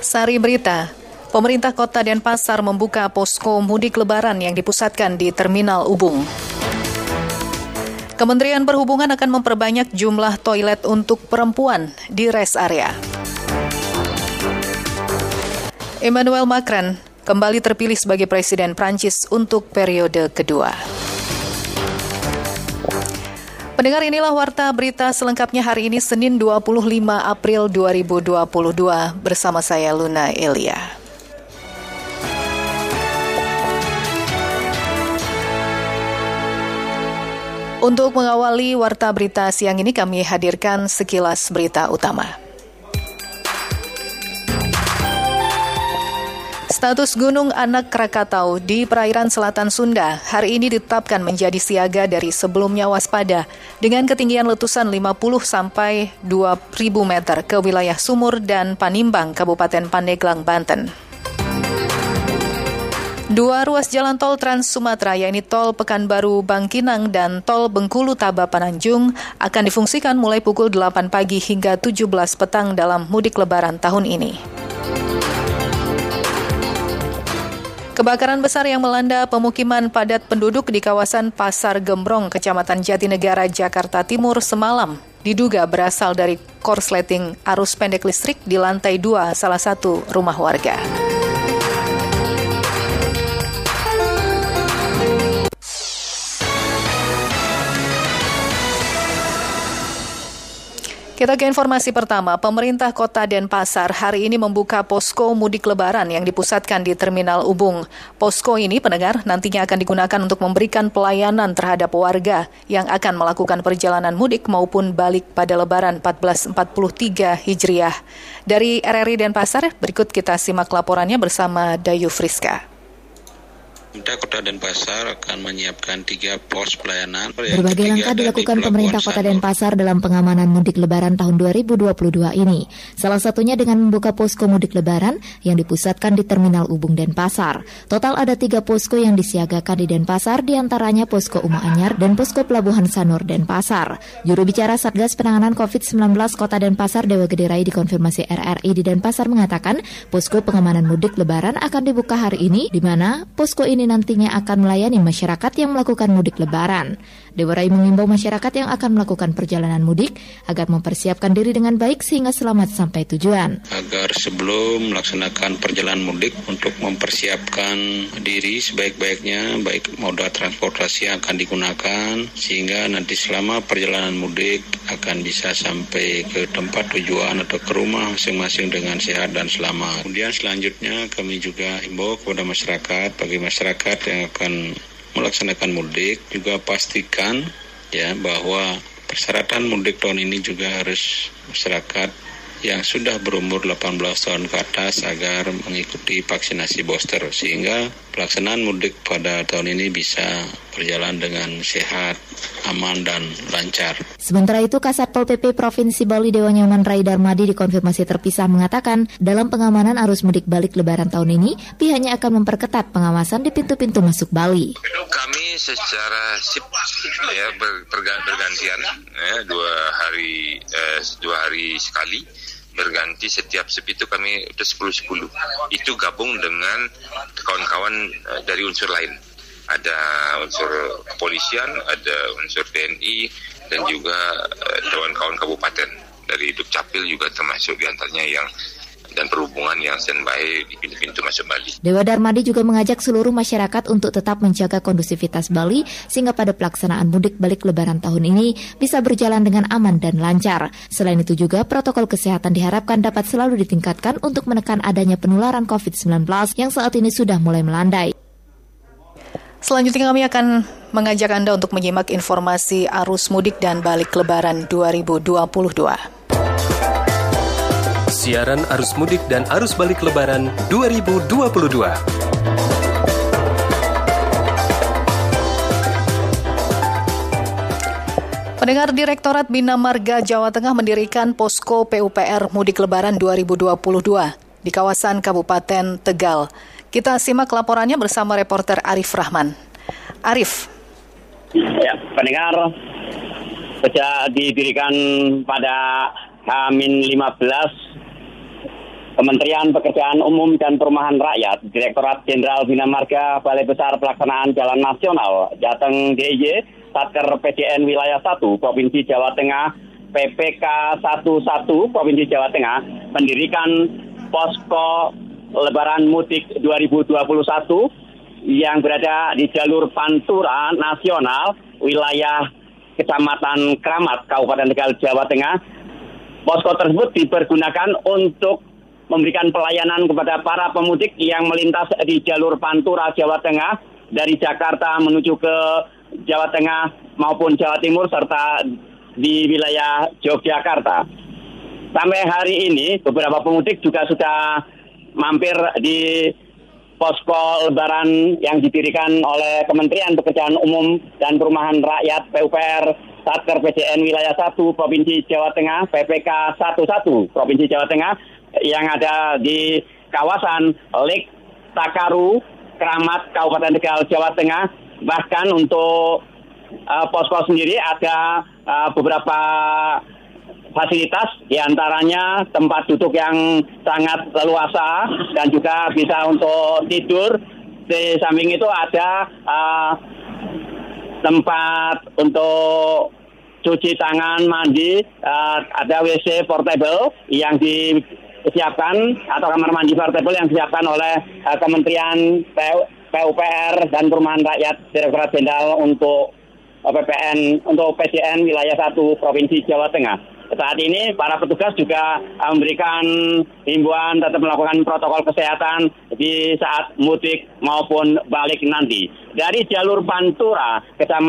Sari berita, pemerintah Kota Denpasar membuka posko mudik lebaran yang dipusatkan di Terminal Ubung. Kementerian Perhubungan akan memperbanyak jumlah toilet untuk perempuan di rest area. Emmanuel Macron kembali terpilih sebagai Presiden Prancis untuk periode kedua. Pendengar, inilah warta berita selengkapnya hari ini Senin 25 April 2022 bersama saya Luna Elia. Untuk mengawali warta berita siang ini kami hadirkan sekilas berita utama. Status Gunung Anak Krakatau di perairan selatan Sunda hari ini ditetapkan menjadi siaga dari sebelumnya waspada dengan ketinggian letusan 50 sampai 2.000 meter ke wilayah Sumur dan Panimbang, Kabupaten Pandeglang, Banten. Dua ruas jalan tol Trans Sumatera, yaitu tol Pekanbaru Bangkinang dan tol Bengkulu Taba Pananjung, akan difungsikan mulai pukul 8 pagi hingga 17 petang dalam mudik lebaran tahun ini. Kebakaran besar yang melanda pemukiman padat penduduk di kawasan Pasar Gembrong, Kecamatan Jatinegara, Jakarta Timur semalam diduga berasal dari korsleting arus pendek listrik di lantai 2 salah satu rumah warga. Kita ke informasi pertama. Pemerintah Kota Denpasar hari ini membuka posko mudik lebaran yang dipusatkan di Terminal Ubung. Posko ini, pendengar, nantinya akan digunakan untuk memberikan pelayanan terhadap warga yang akan melakukan perjalanan mudik maupun balik pada Lebaran 1443 Hijriah. Dari RRI Denpasar, berikut kita simak laporannya bersama Dayu Friska. Pemerintah Kota Denpasar akan menyiapkan 3 pos pelayanan. Berbagai langkah dilakukan pemerintah Kota Denpasar dalam pengamanan mudik lebaran tahun 2022 ini. Salah satunya dengan membuka posko mudik lebaran yang dipusatkan di Terminal Ubung Denpasar. Total ada 3 posko yang disiagakan di Denpasar, diantaranya posko Uma Anyar dan posko Pelabuhan Sanur Denpasar. Juru bicara Satgas Penanganan COVID-19 Kota Denpasar, Dewa Gede Rai, dikonfirmasi RRI di Denpasar mengatakan posko pengamanan mudik lebaran akan dibuka hari ini, di mana posko ini nantinya akan melayani masyarakat yang melakukan mudik lebaran. Dewa Rai mengimbau masyarakat yang akan melakukan perjalanan mudik agar mempersiapkan diri dengan baik sehingga selamat sampai tujuan. Agar sebelum melaksanakan perjalanan mudik untuk mempersiapkan diri sebaik-baiknya, baik moda transportasi yang akan digunakan, sehingga nanti selama perjalanan mudik akan bisa sampai ke tempat tujuan atau ke rumah masing-masing dengan sehat dan selamat. Kemudian selanjutnya kami juga himbau kepada masyarakat, bagi masyarakat yang akan melaksanakan mudik juga pastikan ya bahwa persyaratan mudik tahun ini juga harus masyarakat yang sudah berumur 18 tahun ke atas agar mengikuti vaksinasi booster sehingga pelaksanaan mudik pada tahun ini bisa berjalan dengan sehat, aman, dan lancar. Sementara itu, Kasat Pol PP Provinsi Bali Dewa Nyoman Rai Darmadi dikonfirmasi terpisah mengatakan dalam pengamanan arus mudik balik lebaran tahun ini, pihaknya akan memperketat pengawasan di pintu-pintu masuk Bali. Kami secara sip ya bergantian ya, dua hari sekali berganti. Setiap sip itu kami udah 10-10 itu gabung dengan kawan-kawan dari unsur lain, ada unsur kepolisian, ada unsur TNI dan juga kawan-kawan kabupaten dari Dukcapil juga termasuk diantaranya yang dan perhubungan yang standby di pintu-pintu masuk Bali. Dewa Darmadi juga mengajak seluruh masyarakat untuk tetap menjaga kondusivitas Bali sehingga pada pelaksanaan mudik balik lebaran tahun ini bisa berjalan dengan aman dan lancar. Selain itu juga protokol kesehatan diharapkan dapat selalu ditingkatkan untuk menekan adanya penularan COVID-19 yang saat ini sudah mulai melandai. Selanjutnya kami akan mengajak Anda untuk menyimak informasi arus mudik dan balik lebaran 2022. Siaran arus mudik dan arus balik lebaran 2022. Pendengar, Direktorat Bina Marga Jawa Tengah mendirikan posko PUPR Mudik Lebaran 2022 di kawasan Kabupaten Tegal. Kita simak laporannya bersama reporter Arif Rahman. Arif. Ya, pendengar, sejak didirikan pada H-15 Kementerian Pekerjaan Umum dan Perumahan Rakyat, Direktorat Jenderal Bina Marga, Balai Besar Pelaksanaan Jalan Nasional, Jateng DIY, Satker PJN Wilayah 1, Provinsi Jawa Tengah, PPK 11 Provinsi Jawa Tengah, mendirikan posko Lebaran Mudik 2021 yang berada di jalur Pantura Nasional, wilayah Kecamatan Kramat, Kabupaten Tegal, Jawa Tengah. Posko tersebut dipergunakan untuk memberikan pelayanan kepada para pemudik yang melintas di jalur Pantura, Jawa Tengah, dari Jakarta menuju ke Jawa Tengah maupun Jawa Timur, serta di wilayah Yogyakarta. Sampai hari ini, beberapa pemudik juga sudah mampir di posko Lebaran yang didirikan oleh Kementerian Pekerjaan Umum dan Perumahan Rakyat PUPR Satker PJN Wilayah 1 Provinsi Jawa Tengah, PPK 11 Provinsi Jawa Tengah, yang ada di kawasan Lek Takaru, Kramat, Kabupaten Tegal, Jawa Tengah. Bahkan untuk posko sendiri ada beberapa fasilitas, diantaranya tempat duduk yang sangat leluasa dan juga bisa untuk tidur. Di samping itu ada tempat untuk cuci tangan, mandi, ada WC portable yang disiapkan, atau kamar mandi portable yang disiapkan oleh Kementerian PUPR dan Perumahan Rakyat, Direktorat Jenderal untuk PPN, untuk PJN Wilayah 1 Provinsi Jawa Tengah. Saat ini para petugas juga memberikan himbauan tetap melakukan protokol kesehatan di saat mudik maupun balik nanti. Dari jalur Pantura,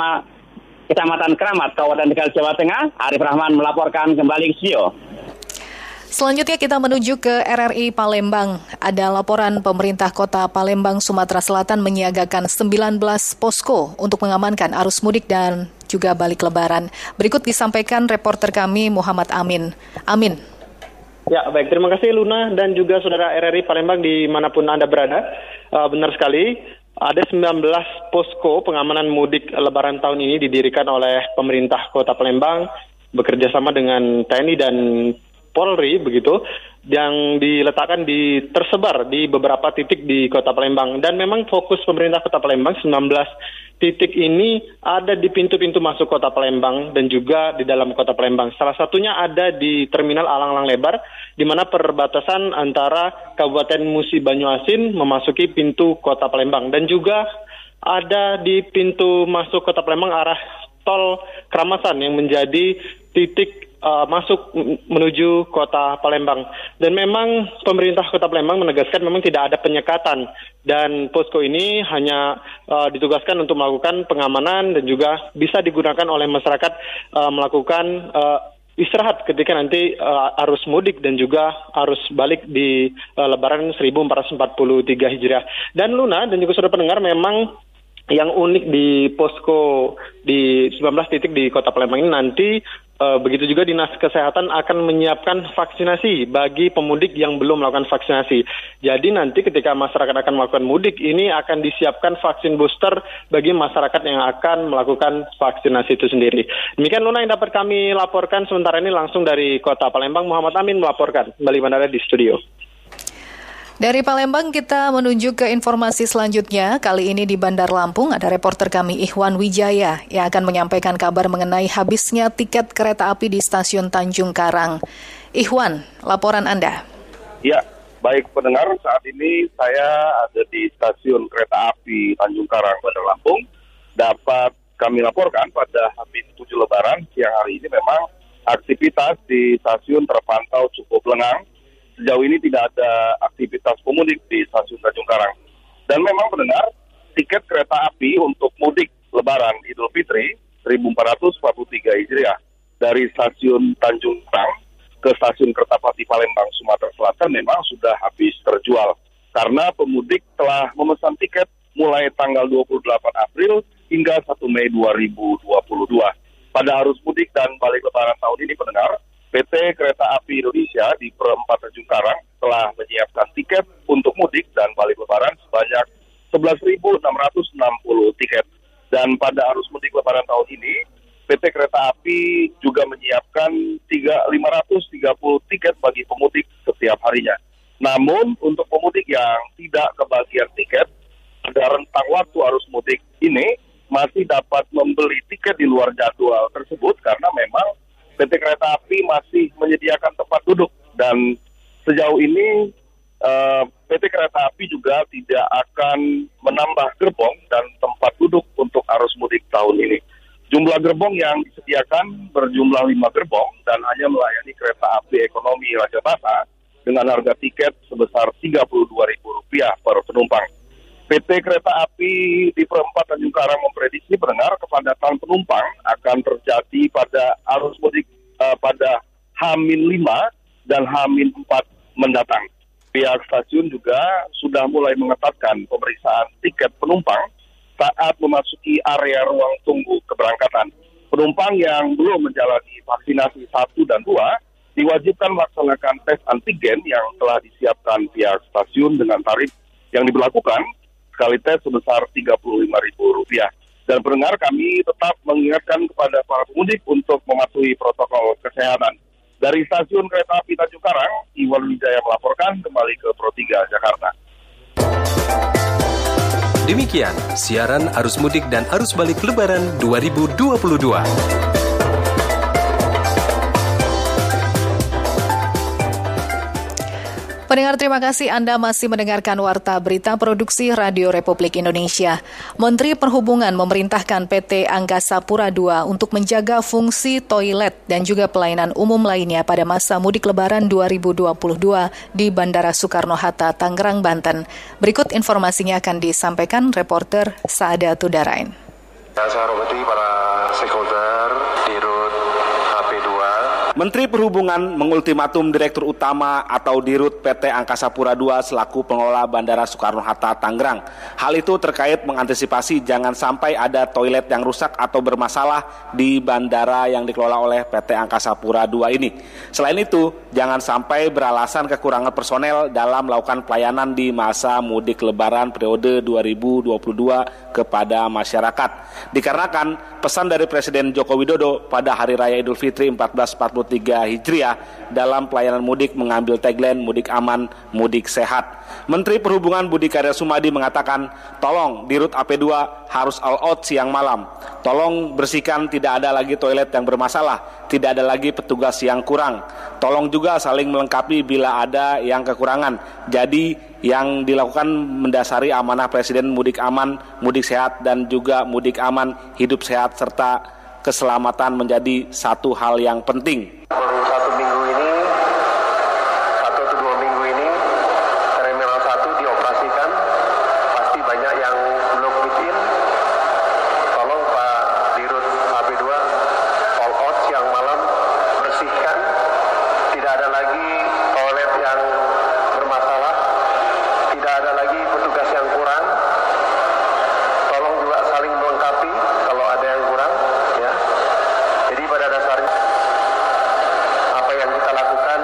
Kecamatan Kramat, Kabupaten Tegal, Jawa Tengah, Arif Rahman melaporkan kembali ke studio. Selanjutnya kita menuju ke RRI Palembang. Ada laporan pemerintah kota Palembang, Sumatera Selatan menyiagakan 19 posko untuk mengamankan arus mudik dan juga balik lebaran. Berikut disampaikan reporter kami Muhammad Amin. Amin. Ya, baik. Terima kasih Luna dan juga saudara RRI Palembang dimanapun Anda berada. Benar sekali, ada 19 posko pengamanan mudik lebaran tahun ini didirikan oleh pemerintah kota Palembang bekerjasama dengan TNI dan Polri, begitu, yang diletakkan tersebar di beberapa titik di Kota Palembang. Dan memang fokus pemerintah Kota Palembang, 19 titik ini ada di pintu-pintu masuk Kota Palembang dan juga di dalam Kota Palembang. Salah satunya ada di Terminal Alang-Alang Lebar, di mana perbatasan antara Kabupaten Musi Banyuasin memasuki pintu Kota Palembang. Dan juga ada di pintu masuk Kota Palembang arah tol Kramasan yang menjadi titik masuk menuju Kota Palembang. Dan memang pemerintah Kota Palembang menegaskan memang tidak ada penyekatan dan posko ini hanya ditugaskan untuk melakukan pengamanan dan juga bisa digunakan oleh masyarakat melakukan istirahat ketika nanti arus mudik dan juga arus balik di Lebaran 1443 Hijriah. Dan Luna dan juga saudara pendengar, memang yang unik di posko di 19 titik di Kota Palembang ini nanti begitu juga Dinas Kesehatan akan menyiapkan vaksinasi bagi pemudik yang belum melakukan vaksinasi. Jadi nanti ketika masyarakat akan melakukan mudik ini akan disiapkan vaksin booster bagi masyarakat yang akan melakukan vaksinasi itu sendiri. Demikian Luna yang dapat kami laporkan sementara ini langsung dari Kota Palembang. Muhammad Amin melaporkan kembali Bandara di studio. Dari Palembang kita menuju ke informasi selanjutnya. Kali ini di Bandar Lampung ada reporter kami Ikhwan Wijaya yang akan menyampaikan kabar mengenai habisnya tiket kereta api di stasiun Tanjung Karang. Ikhwan, laporan Anda. Ya, baik pendengar, saat ini saya ada di stasiun kereta api Tanjung Karang, Bandar Lampung. Dapat kami laporkan pada H-7 Lebaran siang hari ini memang aktivitas di stasiun terpantau cukup lengang. Sejauh ini tidak ada aktivitas pemudik di stasiun Tanjung Karang. Dan memang benar, tiket kereta api untuk mudik Lebaran Idul Fitri 1443 Hijriah dari stasiun Tanjung Karang ke stasiun Kertapati Palembang, Sumatera Selatan memang sudah habis terjual. Karena pemudik telah memesan tiket mulai tanggal 28 April hingga 1 Mei 2022. Pada arus mudik dan balik Lebaran tahun ini pendengar, PT Kereta Api Indonesia di Perempat Tanjung Karang telah menyiapkan tiket untuk mudik dan balik Lebaran sebanyak 11.660 tiket. Dan pada arus mudik Lebaran tahun ini, PT Kereta Api juga menyiapkan 530 tiket bagi pemudik setiap harinya. Namun untuk pemudik yang tidak kebagian tiket, pada rentang waktu arus mudik ini masih dapat membeli tiket di luar jadwal tersebut karena memang PT Kereta Api masih menyediakan tempat duduk. Dan sejauh ini PT Kereta Api juga tidak akan menambah gerbong dan tempat duduk untuk arus mudik tahun ini. Jumlah gerbong yang disediakan berjumlah 5 gerbong dan hanya melayani kereta api ekonomi Raja Basa dengan harga tiket sebesar Rp32.000 per penumpang. PT Kereta Api di Perempat Tanjung Karang memprediksi pendengar kepadatan penumpang akan terjadi pada arus mudik pada H-5 dan H-4 mendatang. Pihak stasiun juga sudah mulai mengetatkan pemeriksaan tiket penumpang saat memasuki area ruang tunggu keberangkatan. Penumpang yang belum menjalani vaksinasi 1 dan 2 diwajibkan melaksanakan tes antigen yang telah disiapkan pihak stasiun dengan tarif yang diberlakukan sekali tes sebesar Rp35.000. Dan pendengar, kami tetap mengingatkan kepada para pemudik untuk mematuhi protokol kesehatan. Dari Stasiun Kereta Api Tanjung Karang, Iwan Wijaya melaporkan kembali ke Pro 3 Jakarta. Demikian siaran arus mudik dan arus balik Lebaran 2022. Pendengar, terima kasih Anda masih mendengarkan Warta Berita Produksi Radio Republik Indonesia. Menteri Perhubungan memerintahkan PT Angkasa Pura II untuk menjaga fungsi toilet dan juga pelayanan umum lainnya pada masa mudik Lebaran 2022 di Bandara Soekarno-Hatta, Tangerang, Banten. Berikut informasinya akan disampaikan reporter Saada Tudarain. Saya hormati para stakeholder di Rut HP2. Menteri Perhubungan mengultimatum Direktur Utama atau Dirut PT Angkasa Pura II selaku pengelola Bandara Soekarno-Hatta, Tangerang. Hal itu terkait mengantisipasi jangan sampai ada toilet yang rusak atau bermasalah di bandara yang dikelola oleh PT Angkasa Pura II ini. Selain itu, jangan sampai beralasan kekurangan personel dalam melakukan pelayanan di masa mudik Lebaran periode 2022 kepada masyarakat. Dikarenakan pesan dari Presiden Joko Widodo pada Hari Raya Idul Fitri 1443 Hijriah dalam pelayanan mudik mengambil tagline mudik aman, mudik sehat. Menteri Perhubungan Budi Karya Sumadi mengatakan, tolong di Rut AP2 harus all out siang malam. Tolong bersihkan tidak ada lagi toilet yang bermasalah, tidak ada lagi petugas yang kurang. Tolong juga saling melengkapi bila ada yang kekurangan. Jadi yang dilakukan mendasari amanah Presiden mudik aman, mudik sehat dan juga mudik aman, hidup sehat serta keselamatan menjadi satu hal yang penting. Baru 1 minggu ini, 1 atau 2 minggu ini, Terminal 1 dioperasikan. Pasti banyak yang belum izin. Tolong Pak Dirut HP2 all out siang malam, bersihkan. Tidak ada lagi toilet yang bermasalah, tidak ada lagi petugas yang kurang. Tolong juga saling melengkapi kalau ada yang kurang. Jadi pada dasarnya apa yang kita lakukan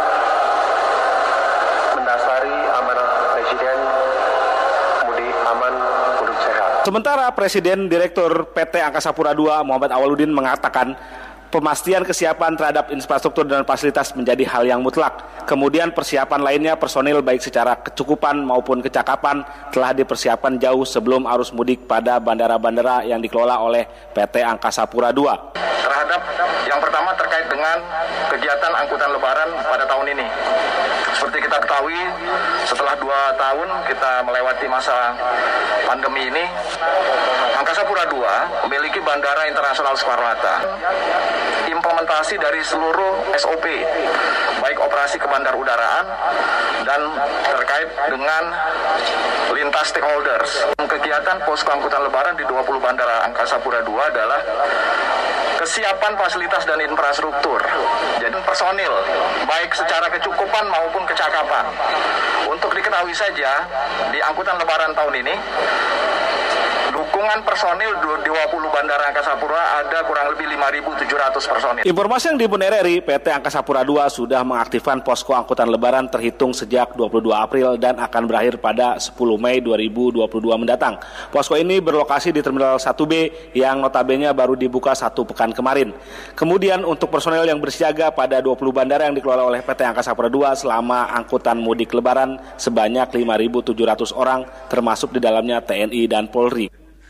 mendasari amanah Presiden mudik aman, mudik sehat. Sementara Presiden Direktur PT Angkasa Pura II Muhammad Awaludin mengatakan pemastian kesiapan terhadap infrastruktur dan fasilitas menjadi hal yang mutlak. Kemudian persiapan lainnya personil baik secara kecukupan maupun kecakapan telah dipersiapkan jauh sebelum arus mudik pada bandara-bandara yang dikelola oleh PT Angkasa Pura II. Terhadap yang pertama terkait dengan kegiatan angkutan Lebaran pada tahun ini. Seperti kita ketahui, setelah 2 tahun kita melewati masa pandemi ini, Angkasa Pura II memiliki Bandara Internasional Soekarno-Hatta. Implementasi dari seluruh SOP, baik operasi ke bandar udaraan dan terkait dengan lintas stakeholders. Kegiatan posko angkutan Lebaran di 20 bandara Angkasa Pura II adalah kesiapan fasilitas dan infrastruktur, jadi personil, baik secara kecukupan maupun kecakapan. Untuk diketahui saja, di angkutan Lebaran tahun ini, dukung dukungan personil 20 Bandara Angkasa Pura ada kurang lebih 5.700 personil. Informasi yang dihimpun RRI, PT Angkasa Pura II sudah mengaktifkan posko angkutan lebaran terhitung sejak 22 April dan akan berakhir pada 10 Mei 2022 mendatang. Posko ini berlokasi di Terminal 1B yang notabene baru dibuka 1 pekan kemarin. Kemudian untuk personel yang bersiaga pada 20 bandara yang dikelola oleh PT Angkasa Pura II selama angkutan mudik lebaran sebanyak 5.700 orang, termasuk di dalamnya TNI dan Polri.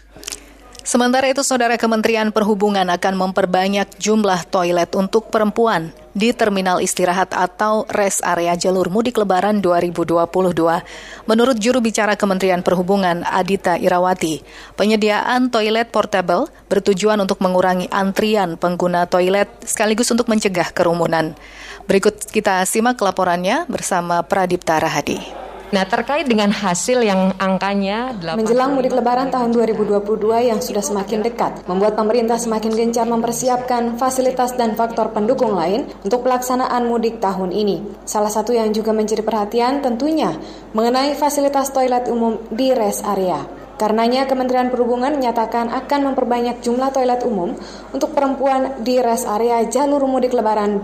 Sementara itu, Saudara, Kementerian Perhubungan akan memperbanyak jumlah toilet untuk perempuan di terminal istirahat atau rest area jalur mudik lebaran 2022. Menurut juru bicara Kementerian Perhubungan, Adita Irawati, penyediaan toilet portable bertujuan untuk mengurangi antrian pengguna toilet sekaligus untuk mencegah kerumunan. Berikut kita simak laporannya bersama Pradipta Rahadi. Nah, terkait dengan hasil yang angkanya menjelang mudik lebaran tahun 2022 yang sudah semakin dekat, membuat pemerintah semakin gencar mempersiapkan fasilitas dan faktor pendukung lain untuk pelaksanaan mudik tahun ini. Salah satu yang juga menjadi perhatian tentunya mengenai fasilitas toilet umum di rest area. Karenanya, Kementerian Perhubungan menyatakan akan memperbanyak jumlah toilet umum untuk perempuan di rest area jalur mudik lebaran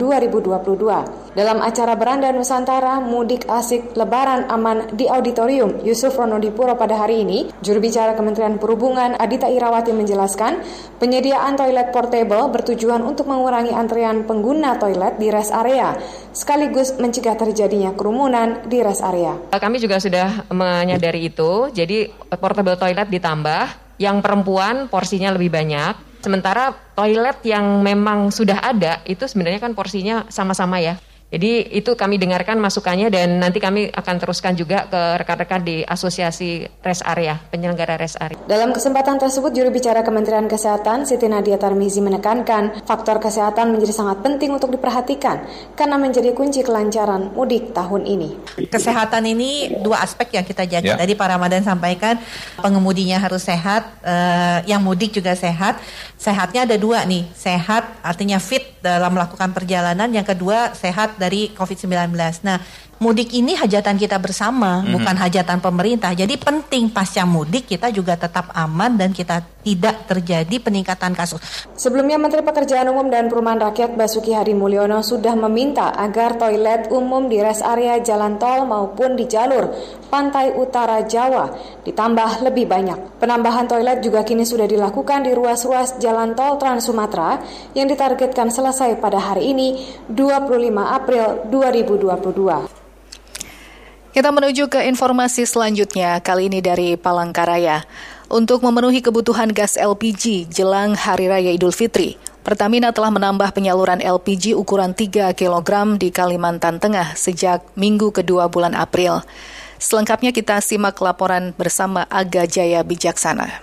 2022. Dalam acara Beranda Nusantara Mudik Asik Lebaran Aman di Auditorium Yusuf Ronodipuro pada hari ini, juru bicara Kementerian Perhubungan Adita Irawati menjelaskan, penyediaan toilet portable bertujuan untuk mengurangi antrean pengguna toilet di rest area, sekaligus mencegah terjadinya kerumunan di rest area. Kami juga sudah menyadari itu, jadi portable toilet ditambah, yang perempuan porsinya lebih banyak. Sementara toilet yang memang sudah ada itu sebenarnya kan porsinya sama-sama ya. Jadi itu kami dengarkan masukannya dan nanti kami akan teruskan juga ke rekan-rekan di Asosiasi Rest Area, penyelenggara Rest Area. Dalam kesempatan tersebut, juru bicara Kementerian Kesehatan Siti Nadia Tarmizi menekankan faktor kesehatan menjadi sangat penting untuk diperhatikan karena menjadi kunci kelancaran mudik tahun ini. Kesehatan ini dua aspek yang kita jaga. Tadi Pak Ramadan sampaikan pengemudinya harus sehat, yang mudik juga sehat. Sehatnya ada dua nih, sehat artinya fit dalam melakukan perjalanan, yang kedua sehat dari COVID-19. Nah, mudik ini hajatan kita bersama, bukan hajatan pemerintah. Jadi penting pasca mudik kita juga tetap aman dan kita tidak terjadi peningkatan kasus. Sebelumnya, Menteri Pekerjaan Umum dan Perumahan Rakyat Basuki Hadi Mulyono sudah meminta agar toilet umum di rest area jalan tol maupun di jalur pantai utara Jawa ditambah lebih banyak. Penambahan toilet juga kini sudah dilakukan di ruas-ruas jalan tol Trans Sumatera yang ditargetkan selesai pada hari ini 25 April 2022. Kita menuju ke informasi selanjutnya, kali ini dari Palangkaraya. Untuk memenuhi kebutuhan gas LPG jelang Hari Raya Idul Fitri, Pertamina telah menambah penyaluran LPG ukuran 3 kg di Kalimantan Tengah sejak minggu kedua bulan April. Selengkapnya kita simak laporan bersama Aga Jaya Bijaksana.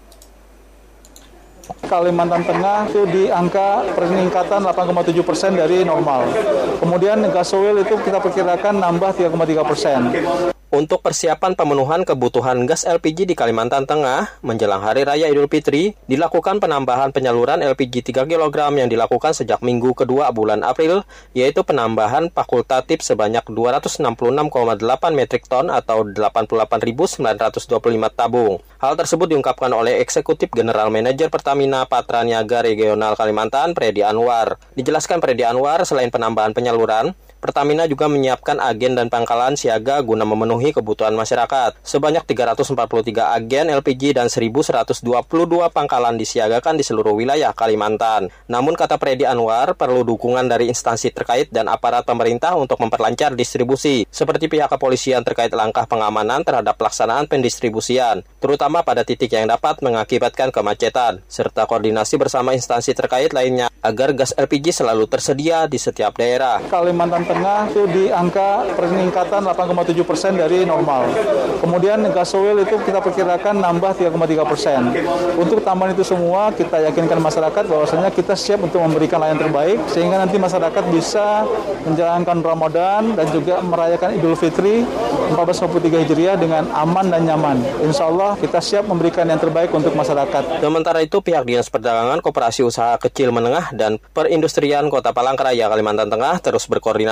Kalimantan Tengah itu di angka peningkatan 8,7% dari normal. Kemudian gasoil itu kita perkirakan nambah 3,3%. Untuk persiapan pemenuhan kebutuhan gas LPG di Kalimantan Tengah menjelang Hari Raya Idul Fitri, dilakukan penambahan penyaluran LPG 3 kg yang dilakukan sejak minggu kedua bulan April, yaitu penambahan fakultatif sebanyak 266,8 metrik ton atau 88.925 tabung. Hal tersebut diungkapkan oleh Eksekutif General Manager Pertamina Patra Niaga Regional Kalimantan, Predi Anwar. Dijelaskan Predi Anwar, selain penambahan penyaluran, Pertamina juga menyiapkan agen dan pangkalan siaga guna memenuhi kebutuhan masyarakat. Sebanyak 343 agen LPG dan 1.122 pangkalan disiagakan di seluruh wilayah Kalimantan. Namun, kata Predi Anwar, perlu dukungan dari instansi terkait dan aparat pemerintah untuk memperlancar distribusi, seperti pihak kepolisian terkait langkah pengamanan terhadap pelaksanaan pendistribusian, terutama pada titik yang dapat mengakibatkan kemacetan, serta koordinasi bersama instansi terkait lainnya agar gas LPG selalu tersedia di setiap daerah. Kalimantan Tengah itu di angka peningkatan 8,7% dari normal. Kemudian gasoil itu kita perkirakan nambah 3,3%. Untuk tambahan itu semua kita yakinkan masyarakat bahwasanya kita siap untuk memberikan layanan terbaik sehingga nanti masyarakat bisa menjalankan Ramadan dan juga merayakan Idul Fitri 1443 Hijriah dengan aman dan nyaman. Insya Allah kita siap memberikan yang terbaik untuk masyarakat. Sementara itu, pihak Dinas Perdagangan, Koperasi Usaha Kecil Menengah dan Perindustrian Kota Palangkaraya, Kalimantan Tengah terus berkoordinasi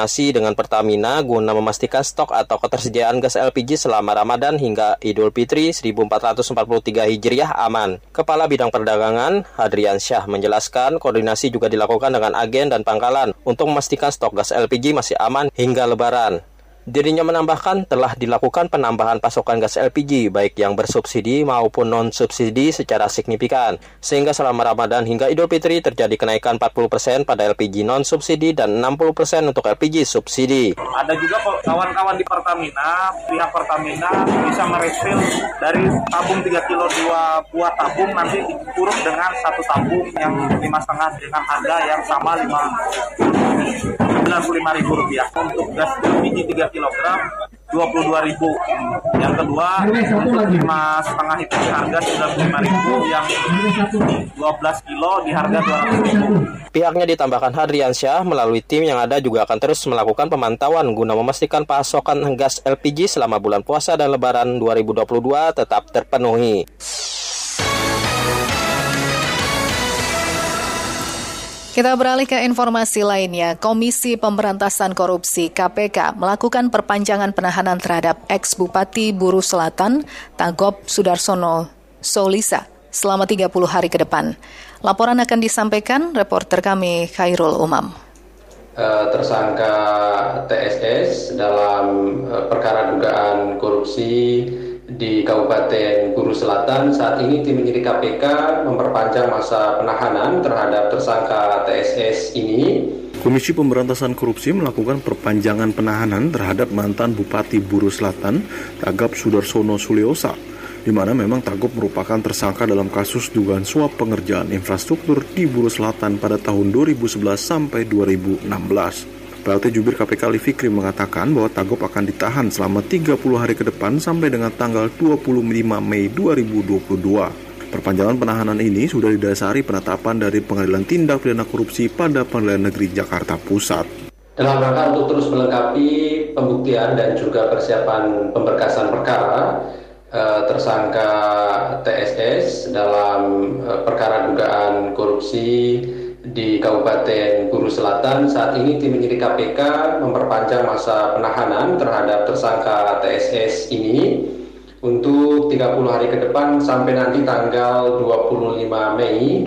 koordinasi dengan Pertamina guna memastikan stok atau ketersediaan gas LPG selama Ramadan hingga Idul Fitri 1443 Hijriah aman. Kepala Bidang Perdagangan, Hadrian Syah, menjelaskan koordinasi juga dilakukan dengan agen dan pangkalan untuk memastikan stok gas LPG masih aman hingga Lebaran. Dirinya menambahkan telah dilakukan penambahan pasokan gas LPG baik yang bersubsidi maupun non-subsidi secara signifikan, sehingga selama Ramadan hingga Idul Fitri terjadi kenaikan 40% pada LPG non-subsidi dan 60% untuk LPG subsidi. Ada juga kawan-kawan di Pertamina, pihak Pertamina bisa merefill dari tabung 3 kilo 2 buah tabung nanti dikurung dengan satu tabung yang 5,5 dengan harga yang sama Rp95.000. Untuk gas LPG 3 kilogram Rp22.000. Yang kedua untuk 5,5 itu di harga Rp95.000, yang 12 kilo di harga Rp200.000. Pihaknya ditambahkan Hadrian Syah melalui tim yang ada juga akan terus melakukan pemantauan guna memastikan pasokan gas LPG selama bulan puasa dan Lebaran 2022 tetap terpenuhi. Kita beralih ke informasi lainnya. Komisi Pemberantasan Korupsi KPK melakukan perpanjangan penahanan terhadap ex-Bupati Buru Selatan, Tagop Sudarsono Solisa, selama 30 hari ke depan. Laporan akan disampaikan reporter kami Khairul Umam. Tersangka TSS dalam perkara dugaan korupsi di Kabupaten Buru Selatan, saat ini tim penyidik KPK memperpanjang masa penahanan terhadap tersangka TSS ini. Komisi Pemberantasan Korupsi melakukan perpanjangan penahanan terhadap mantan Bupati Buru Selatan, Tagop Sudarsono Suliosa, di mana memang Tagop merupakan tersangka dalam kasus dugaan suap pengerjaan infrastruktur di Buru Selatan pada tahun 2011 sampai 2016. PLT Jubir KPK Ali Fikri mengatakan bahwa Tagop akan ditahan selama 30 hari ke depan sampai dengan tanggal 25 Mei 2022. Perpanjangan penahanan ini sudah didasari penetapan dari Pengadilan Tindak Pidana Korupsi pada Pengadilan Negeri Jakarta Pusat. Dalam rangka untuk terus melengkapi pembuktian dan juga persiapan pemberkasan perkara, tersangka TSS dalam perkara dugaan korupsi di Kabupaten Buru Selatan, saat ini tim penyidik KPK memperpanjang masa penahanan terhadap tersangka TSS ini untuk 30 hari ke depan sampai nanti tanggal 25 Mei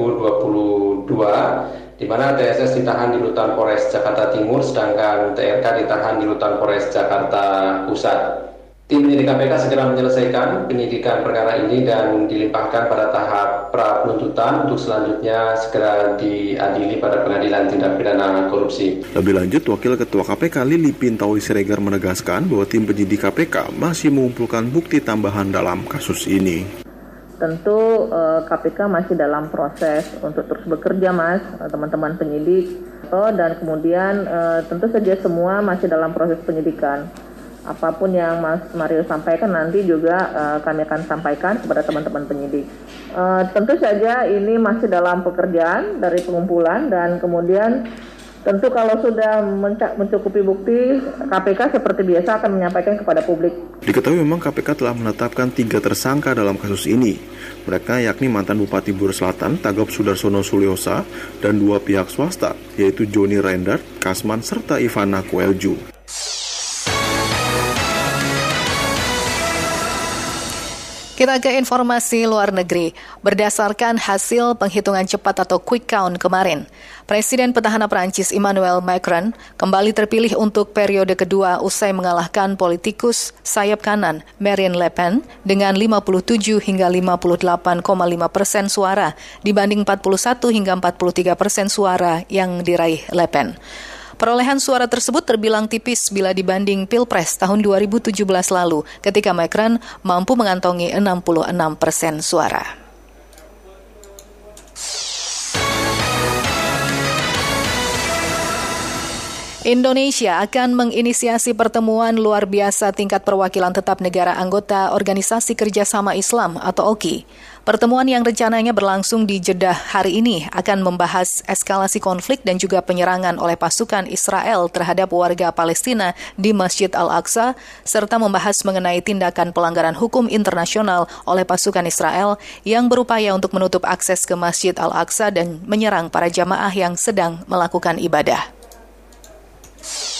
2022, di mana TSS ditahan di Rutan Polres Jakarta Timur, sedangkan TRK ditahan di Rutan Polres Jakarta Pusat. Tim penyidik KPK segera menyelesaikan penyidikan perkara ini dan dilimpahkan pada tahap pra penuntutan untuk selanjutnya segera diadili pada Pengadilan Tindak Pidana Korupsi. Lebih lanjut, Wakil Ketua KPK Lili Pintauli Siregar menegaskan bahwa tim penyidik KPK masih mengumpulkan bukti tambahan dalam kasus ini. Tentu KPK masih dalam proses untuk terus bekerja, Mas, teman-teman penyidik, dan kemudian tentu saja semua masih dalam proses penyidikan. Apapun yang Mas Mario sampaikan nanti juga kami akan sampaikan kepada teman-teman penyidik. Tentu saja ini masih dalam pekerjaan dari pengumpulan, dan kemudian tentu kalau sudah mencukupi bukti, KPK seperti biasa akan menyampaikan kepada publik. Diketahui memang KPK telah menetapkan 3 tersangka dalam kasus ini. Mereka yakni mantan Bupati Buru Selatan, Tagop Sudarsono Suliosa, dan 2 pihak swasta, yaitu Joni Rendart, Kasman, serta Ivana Kuelju. Kita ke informasi luar negeri. Berdasarkan hasil penghitungan cepat atau quick count kemarin, Presiden petahana Prancis Emmanuel Macron kembali terpilih untuk periode kedua usai mengalahkan politikus sayap kanan Marine Le Pen dengan 57 hingga 58,5% suara dibanding 41 hingga 43% suara yang diraih Le Pen. Perolehan suara tersebut terbilang tipis bila dibanding Pilpres tahun 2017 lalu, ketika Macron mampu mengantongi 66% suara. Indonesia akan menginisiasi pertemuan luar biasa tingkat perwakilan tetap negara anggota Organisasi Kerjasama Islam atau OKI. Pertemuan yang rencananya berlangsung di Jeddah hari ini akan membahas eskalasi konflik dan juga penyerangan oleh pasukan Israel terhadap warga Palestina di Masjid Al-Aqsa, serta membahas mengenai tindakan pelanggaran hukum internasional oleh pasukan Israel yang berupaya untuk menutup akses ke Masjid Al-Aqsa dan menyerang para jamaah yang sedang melakukan ibadah.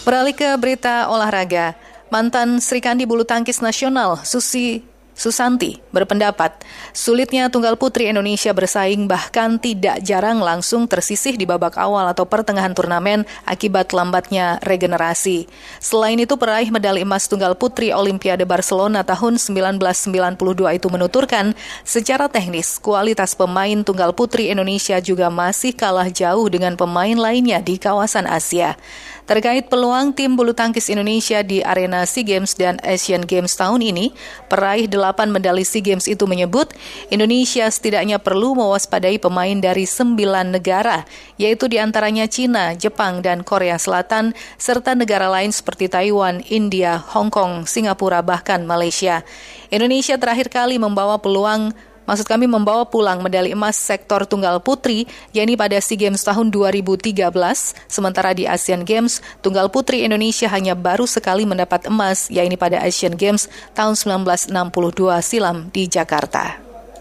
Beralih ke berita olahraga, mantan Srikandi bulu tangkis nasional Susanti berpendapat sulitnya tunggal putri Indonesia bersaing bahkan tidak jarang langsung tersisih di babak awal atau pertengahan turnamen akibat lambatnya regenerasi. Selain itu, peraih medali emas tunggal putri Olimpiade Barcelona tahun 1992 itu menuturkan secara teknis kualitas pemain tunggal putri Indonesia juga masih kalah jauh dengan pemain lainnya di kawasan Asia. Terkait peluang tim bulu tangkis Indonesia di arena SEA Games dan Asian Games tahun ini, peraih 8 medali SEA Games itu menyebut Indonesia setidaknya perlu mewaspadai pemain dari 9 negara, yaitu diantaranya China, Jepang, dan Korea Selatan, serta negara lain seperti Taiwan, India, Hong Kong, Singapura, bahkan Malaysia. Indonesia terakhir kali membawa pulang medali emas sektor tunggal putri, yakni pada SEA Games tahun 2013, sementara di Asian Games, tunggal putri Indonesia hanya baru sekali mendapat emas, yakni pada Asian Games tahun 1962 silam di Jakarta.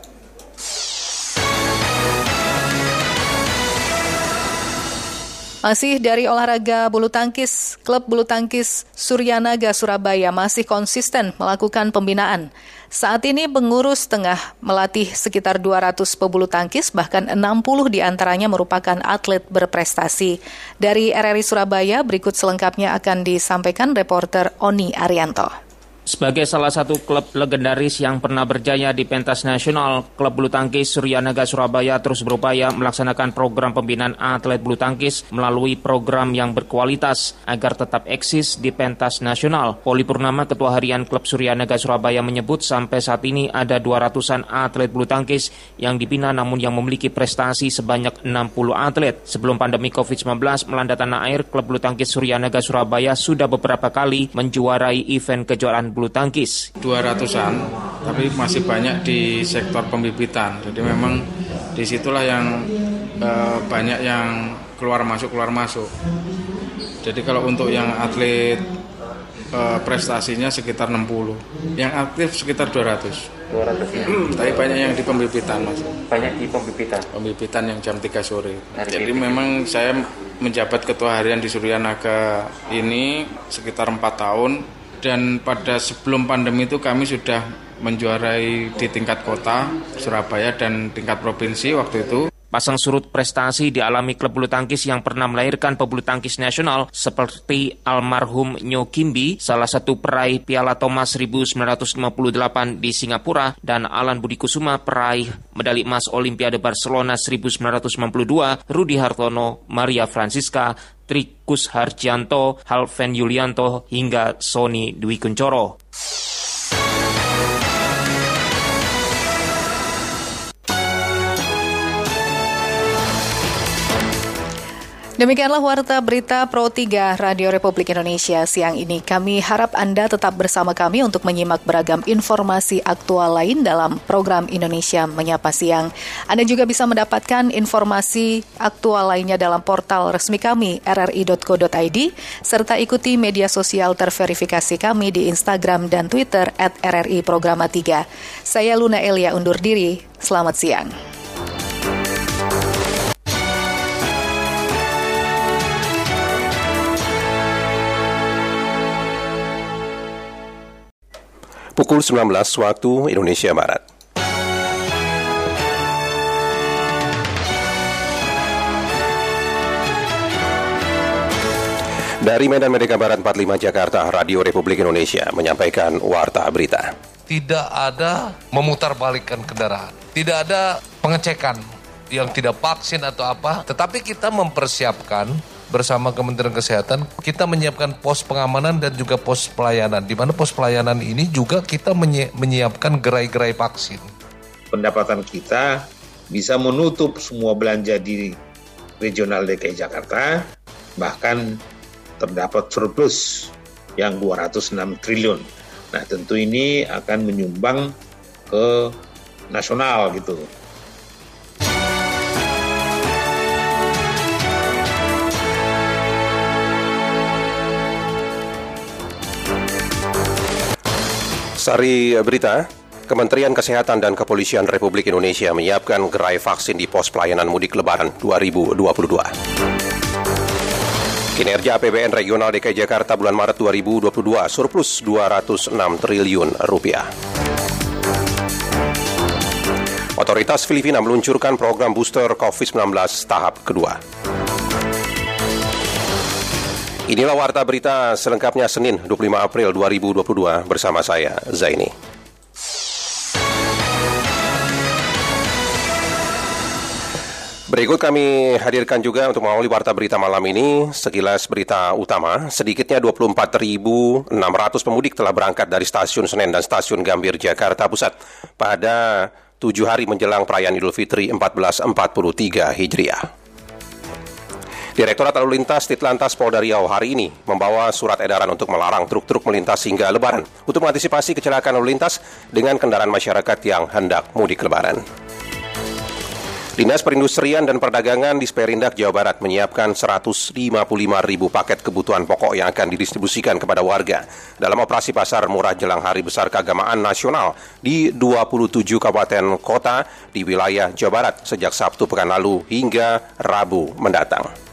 Masih dari olahraga bulu tangkis, klub bulu tangkis Suryanaga Surabaya masih konsisten melakukan pembinaan. Saat ini pengurus tengah melatih sekitar 200 pebulu tangkis, bahkan 60 diantaranya merupakan atlet berprestasi. Dari RRI Surabaya, berikut selengkapnya akan disampaikan reporter Oni Arianto. Sebagai salah satu klub legendaris yang pernah berjaya di pentas nasional, klub bulu tangkis Suryanaga Surabaya terus berupaya melaksanakan program pembinaan atlet bulu tangkis melalui program yang berkualitas agar tetap eksis di pentas nasional. Poli Purnama, Ketua Harian Klub Suryanaga Surabaya, menyebut sampai saat ini ada 200-an atlet bulu tangkis yang dibina namun yang memiliki prestasi sebanyak 60 atlet. Sebelum pandemi COVID-19 melanda tanah air, klub bulu tangkis Suryanaga Surabaya sudah beberapa kali menjuarai event kejuaraan bulu tangkis. 200-an, tapi masih banyak di sektor pembibitan. Jadi memang disitulah yang banyak yang keluar masuk. Jadi kalau untuk yang atlet prestasinya sekitar 60, yang aktif sekitar 200 ya. Tapi banyak yang di pembibitan, Mas. Banyak di pembibitan? Pembibitan yang jam 3 sore. Jadi memang saya menjabat ketua harian di Suryanaga ini sekitar 4 tahun. Dan pada sebelum pandemi itu kami sudah menjuarai di tingkat kota Surabaya dan tingkat provinsi waktu itu. Pasang surut prestasi dialami klub bulu tangkis yang pernah melahirkan pebulu tangkis nasional seperti almarhum Nyo Kimbi, salah satu peraih Piala Thomas 1958 di Singapura, dan Alan Budi Kusuma, peraih medali emas Olimpiade Barcelona 1992, Rudi Hartono, Maria Francisca, Trikus Harjianto, Halven Yulianto, hingga Sony Dwi Kuncoro. Demikianlah Warta Berita Pro 3 Radio Republik Indonesia siang ini. Kami harap Anda tetap bersama kami untuk menyimak beragam informasi aktual lain dalam program Indonesia Menyapa Siang. Anda juga bisa mendapatkan informasi aktual lainnya dalam portal resmi kami rri.co.id, serta ikuti media sosial terverifikasi kami di Instagram dan Twitter @RRI Programa 3. Saya Luna Elia undur diri. Selamat siang. Pukul 19 waktu Indonesia Barat. Dari Medan Merdeka Barat 45 Jakarta, Radio Republik Indonesia menyampaikan Warta Berita. Tidak ada memutarbalikkan kendaraan, tidak ada pengecekan yang tidak vaksin atau apa, tetapi kita mempersiapkan bersama Kementerian Kesehatan, kita menyiapkan pos pengamanan dan juga pos pelayanan, di mana pos pelayanan ini juga kita menyiapkan gerai-gerai vaksin. Pendapatan kita bisa menutup semua belanja di regional DKI Jakarta, bahkan terdapat surplus yang 206 triliun. Nah, tentu ini akan menyumbang ke nasional gitu. Sari berita, Kementerian Kesehatan dan Kepolisian Republik Indonesia menyiapkan gerai vaksin di pos pelayanan mudik Lebaran 2022. Kinerja APBN Regional DKI Jakarta bulan Maret 2022 surplus 206 triliun rupiah. Otoritas Filipina meluncurkan program booster COVID-19 tahap kedua. Inilah warta berita selengkapnya Senin 25 April 2022 bersama saya, Zaini. Berikut kami hadirkan juga untuk mengawali warta berita malam ini, sekilas berita utama. Sedikitnya 24.600 pemudik telah berangkat dari Stasiun Senen dan Stasiun Gambir, Jakarta Pusat pada 7 hari menjelang perayaan Idul Fitri 1443 Hijriah. Direktorat Lalu Lintas Ditlantas Polda Riau hari ini membawa surat edaran untuk melarang truk-truk melintas hingga Lebaran untuk mengantisipasi kecelakaan lalu lintas dengan kendaraan masyarakat yang hendak mudik Lebaran. Dinas Perindustrian dan Perdagangan di Sperindak, Jawa Barat menyiapkan 155.000 paket kebutuhan pokok yang akan didistribusikan kepada warga dalam operasi pasar murah jelang Hari Besar Keagamaan Nasional di 27 kabupaten kota di wilayah Jawa Barat sejak Sabtu pekan lalu hingga Rabu mendatang.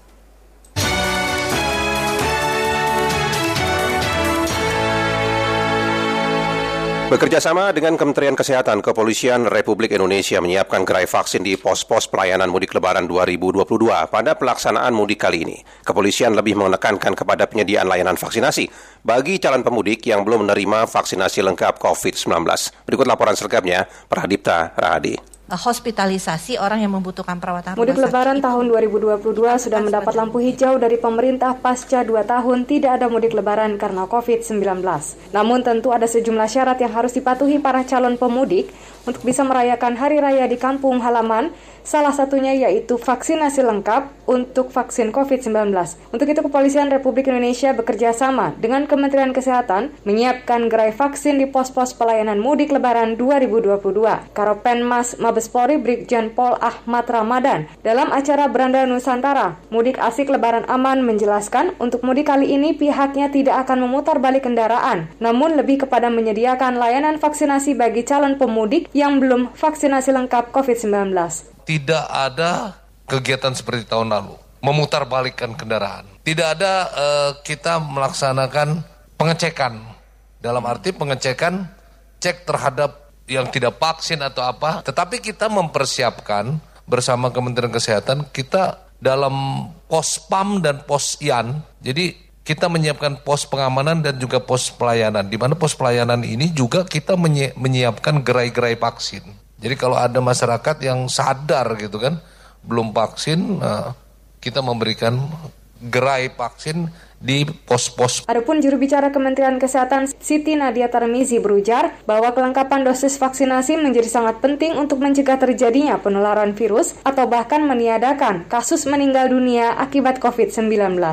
Bekerjasama dengan Kementerian Kesehatan, Kepolisian Republik Indonesia menyiapkan gerai vaksin di pos-pos pelayanan mudik Lebaran 2022 pada pelaksanaan mudik kali ini. Kepolisian lebih menekankan kepada penyediaan layanan vaksinasi bagi calon pemudik yang belum menerima vaksinasi lengkap COVID-19. Berikut laporan selengkapnya, Pradipta Rahadi. Hospitalisasi orang yang membutuhkan perawatan mudik Lebaran tahun 2022 sudah mendapat lampu hijau dari pemerintah pasca 2 tahun tidak ada mudik Lebaran karena COVID-19. Namun tentu ada sejumlah syarat yang harus dipatuhi para calon pemudik untuk bisa merayakan Hari Raya di kampung halaman, salah satunya yaitu vaksinasi lengkap untuk vaksin COVID-19. Untuk itu Kepolisian Republik Indonesia bekerja sama dengan Kementerian Kesehatan menyiapkan gerai vaksin di pos-pos pelayanan mudik Lebaran 2022. Karopenmas Mabes Polri Brigjen Pol Ahmad Ramadan dalam acara Beranda Nusantara Mudik Asik Lebaran Aman menjelaskan untuk mudik kali ini pihaknya tidak akan memutar balik kendaraan, namun lebih kepada menyediakan layanan vaksinasi bagi calon pemudik yang belum vaksinasi lengkap COVID-19. Tidak ada kegiatan seperti tahun lalu, memutarbalikkan kendaraan. Tidak ada kita melaksanakan pengecekan, dalam arti pengecekan cek terhadap yang tidak vaksin atau apa. Tetapi kita mempersiapkan bersama Kementerian Kesehatan, kita dalam pos PAM dan pos IAN, jadi kita menyiapkan pos pengamanan dan juga pos pelayanan. Di mana pos pelayanan ini juga kita menyiapkan gerai-gerai vaksin. Jadi kalau ada masyarakat yang sadar gitu kan, belum vaksin, kita memberikan gerai vaksin di pos-pos. Adapun juru bicara Kementerian Kesehatan Siti Nadia Tarmizi berujar bahwa kelengkapan dosis vaksinasi menjadi sangat penting untuk mencegah terjadinya penularan virus atau bahkan meniadakan kasus meninggal dunia akibat COVID-19.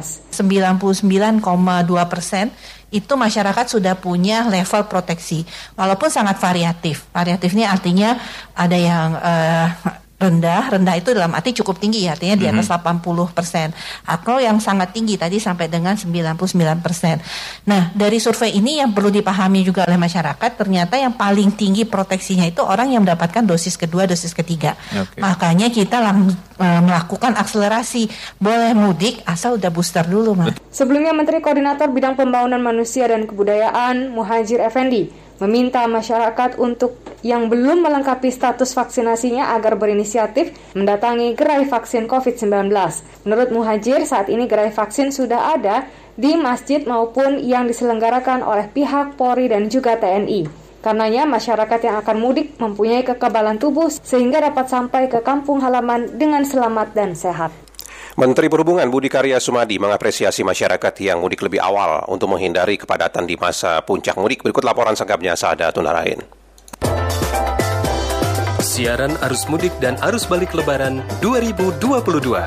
99,2% itu masyarakat sudah punya level proteksi, walaupun sangat variatif. Variatif ini artinya ada yang rendah itu dalam arti cukup tinggi, artinya di atas 80%, atau yang sangat tinggi tadi sampai dengan 99%. Nah, dari survei ini yang perlu dipahami juga oleh masyarakat, ternyata yang paling tinggi proteksinya itu orang yang mendapatkan dosis kedua, dosis ketiga. Okay. Makanya kita melakukan akselerasi, boleh mudik asal udah booster dulu, Mas. Sebelumnya Menteri Koordinator Bidang Pembangunan Manusia dan Kebudayaan Muhadjir Effendi meminta masyarakat untuk yang belum melengkapi status vaksinasinya agar berinisiatif mendatangi gerai vaksin COVID-19. Menurut Muhadjir, saat ini gerai vaksin sudah ada di masjid maupun yang diselenggarakan oleh pihak Polri dan juga TNI. Karenanya masyarakat yang akan mudik mempunyai kekebalan tubuh sehingga dapat sampai ke kampung halaman dengan selamat dan sehat. Menteri Perhubungan Budi Karya Sumadi mengapresiasi masyarakat yang mudik lebih awal untuk menghindari kepadatan di masa puncak mudik. Berikut laporan selengkapnya Saada Tunarain. Siaran arus mudik dan arus balik Lebaran 2022.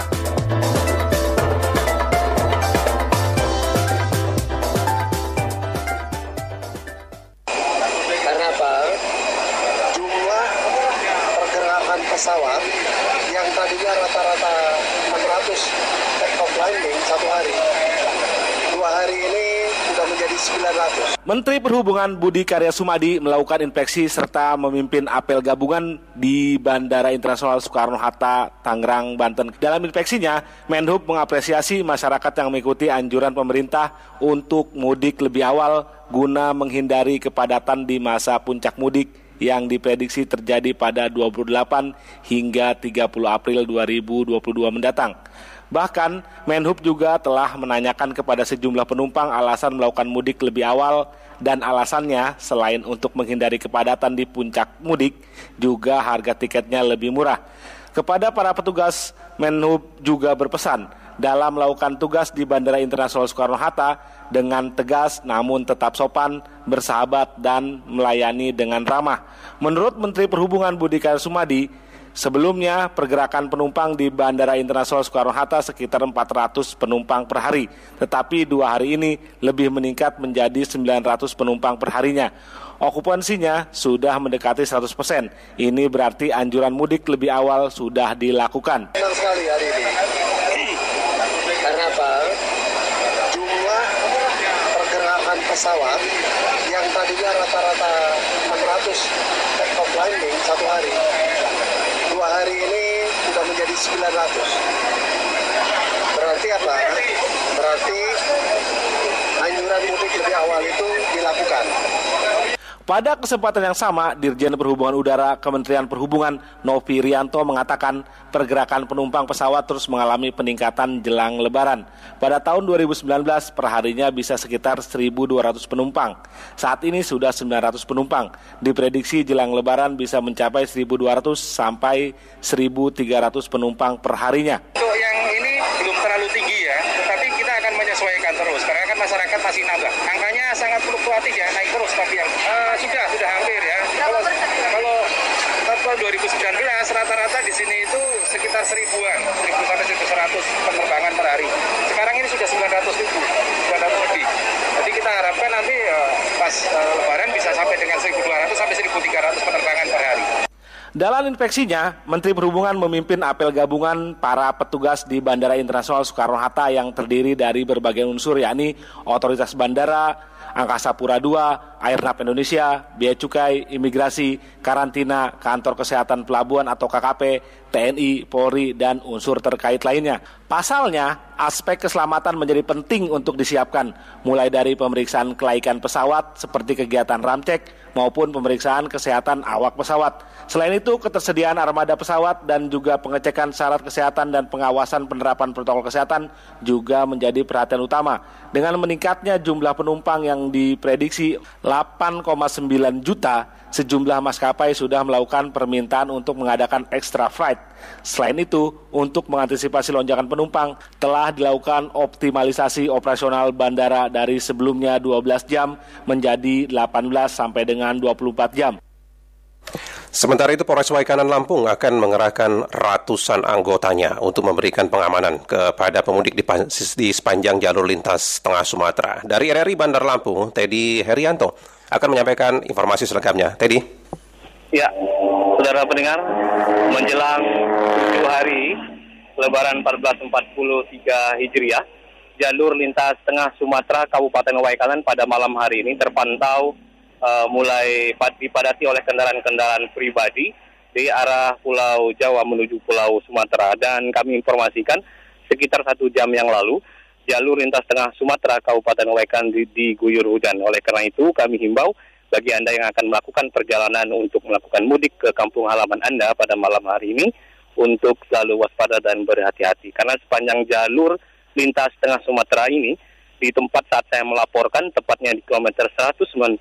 Karena apa? Jumlah pergerakan pesawat yang tadinya rata-rata 400 take off landing satu hari, 2 hari ini sudah menjadi 900. Menteri Perhubungan Budi Karya Sumadi melakukan inspeksi serta memimpin apel gabungan di Bandara Internasional Soekarno-Hatta, Tangerang, Banten. Dalam inspeksinya, Menhub mengapresiasi masyarakat yang mengikuti anjuran pemerintah untuk mudik lebih awal guna menghindari kepadatan di masa puncak mudik yang diprediksi terjadi pada 28 hingga 30 April 2022 mendatang. Bahkan, Menhub juga telah menanyakan kepada sejumlah penumpang alasan melakukan mudik lebih awal dan alasannya selain untuk menghindari kepadatan di puncak mudik, juga harga tiketnya lebih murah. Kepada para petugas, Menhub juga berpesan dalam melakukan tugas di Bandara Internasional Soekarno-Hatta dengan tegas namun tetap sopan, bersahabat, dan melayani dengan ramah. Menurut Menteri Perhubungan Budi Karya Sumadi, sebelumnya pergerakan penumpang di Bandara Internasional Soekarno-Hatta sekitar 400 penumpang per hari, tetapi 2 hari ini lebih meningkat menjadi 900 penumpang per harinya. Okupansinya sudah mendekati 100%. Ini berarti anjuran mudik lebih awal sudah dilakukan. Senang sekali hari ini. Karena apa? Jumlah pergerakan pesawat yang tadinya rata-rata 400 take off landing satu hari, 2 hari ini sudah menjadi 900. Berarti apa? Berarti anjuran mudik lebih awal itu dilakukan. Pada kesempatan yang sama, Dirjen Perhubungan Udara Kementerian Perhubungan Novi Rianto mengatakan pergerakan penumpang pesawat terus mengalami peningkatan jelang Lebaran. Pada tahun 2019, perharinya bisa sekitar 1.200 penumpang. Saat ini sudah 900 penumpang. Diprediksi jelang Lebaran bisa mencapai 1.200 sampai 1.300 penumpang per harinya. Untuk yang ini belum terlalu tinggi ya, tetapi kita akan menyesuaikan terus karena kan masyarakat masih nambah. Angkanya sangat fluktuatif ya, naik terus tapi yang sudah hampir ya. Kalau tahun 2019 rata-rata di sini itu sekitar 1.000-an, 1.000 sampai 1.100 penerbangan per hari. Sekarang ini sudah 900 lebih. Jadi kita harapkan nanti pas Lebaran bisa sampai dengan 1.200 sampai 1.300 penerbangan per hari. Dalam inspeksinya, Menteri Perhubungan memimpin apel gabungan para petugas di Bandara Internasional Soekarno-Hatta yang terdiri dari berbagai unsur, yakni Otoritas Bandara, Angkasa Pura II, Airnav Indonesia, Bea Cukai, Imigrasi, Karantina, Kantor Kesehatan Pelabuhan atau KKP, TNI, Polri, dan unsur terkait lainnya. Pasalnya, aspek keselamatan menjadi penting untuk disiapkan, mulai dari pemeriksaan kelaikan pesawat seperti kegiatan ramcek maupun pemeriksaan kesehatan awak pesawat. Selain itu, ketersediaan armada pesawat dan juga pengecekan syarat kesehatan dan pengawasan penerapan protokol kesehatan juga menjadi perhatian utama. Dengan meningkatnya jumlah penumpang yang diprediksi 8,9 juta, sejumlah maskapai sudah melakukan permintaan untuk mengadakan extra flight. Selain itu, untuk mengantisipasi lonjakan penumpang, telah dilakukan optimalisasi operasional bandara dari sebelumnya 12 jam menjadi 18 sampai dengan 24 jam. Sementara itu, Polres Waikanan Lampung akan mengerahkan ratusan anggotanya untuk memberikan pengamanan kepada pemudik di sepanjang jalur lintas tengah Sumatera. Dari RRI Bandar Lampung, Teddy Herianto akan menyampaikan informasi selengkapnya. Teddy. Ya, saudara pendengar, menjelang 7 hari Lebaran 1443 Hijriah, jalur lintas tengah Sumatera Kabupaten Waikanan pada malam hari ini terpantau mulai dipadati oleh kendaraan-kendaraan pribadi di arah Pulau Jawa menuju Pulau Sumatera. Dan kami informasikan sekitar 1 jam yang lalu jalur lintas tengah Sumatera Kabupaten Waikanan diguyur hujan. Oleh karena itu kami himbau bagi Anda yang akan melakukan perjalanan untuk melakukan mudik ke kampung halaman Anda pada malam hari ini untuk selalu waspada dan berhati-hati. Karena sepanjang jalur lintas tengah Sumatera ini, di tempat saat saya melaporkan, tepatnya di kilometer 193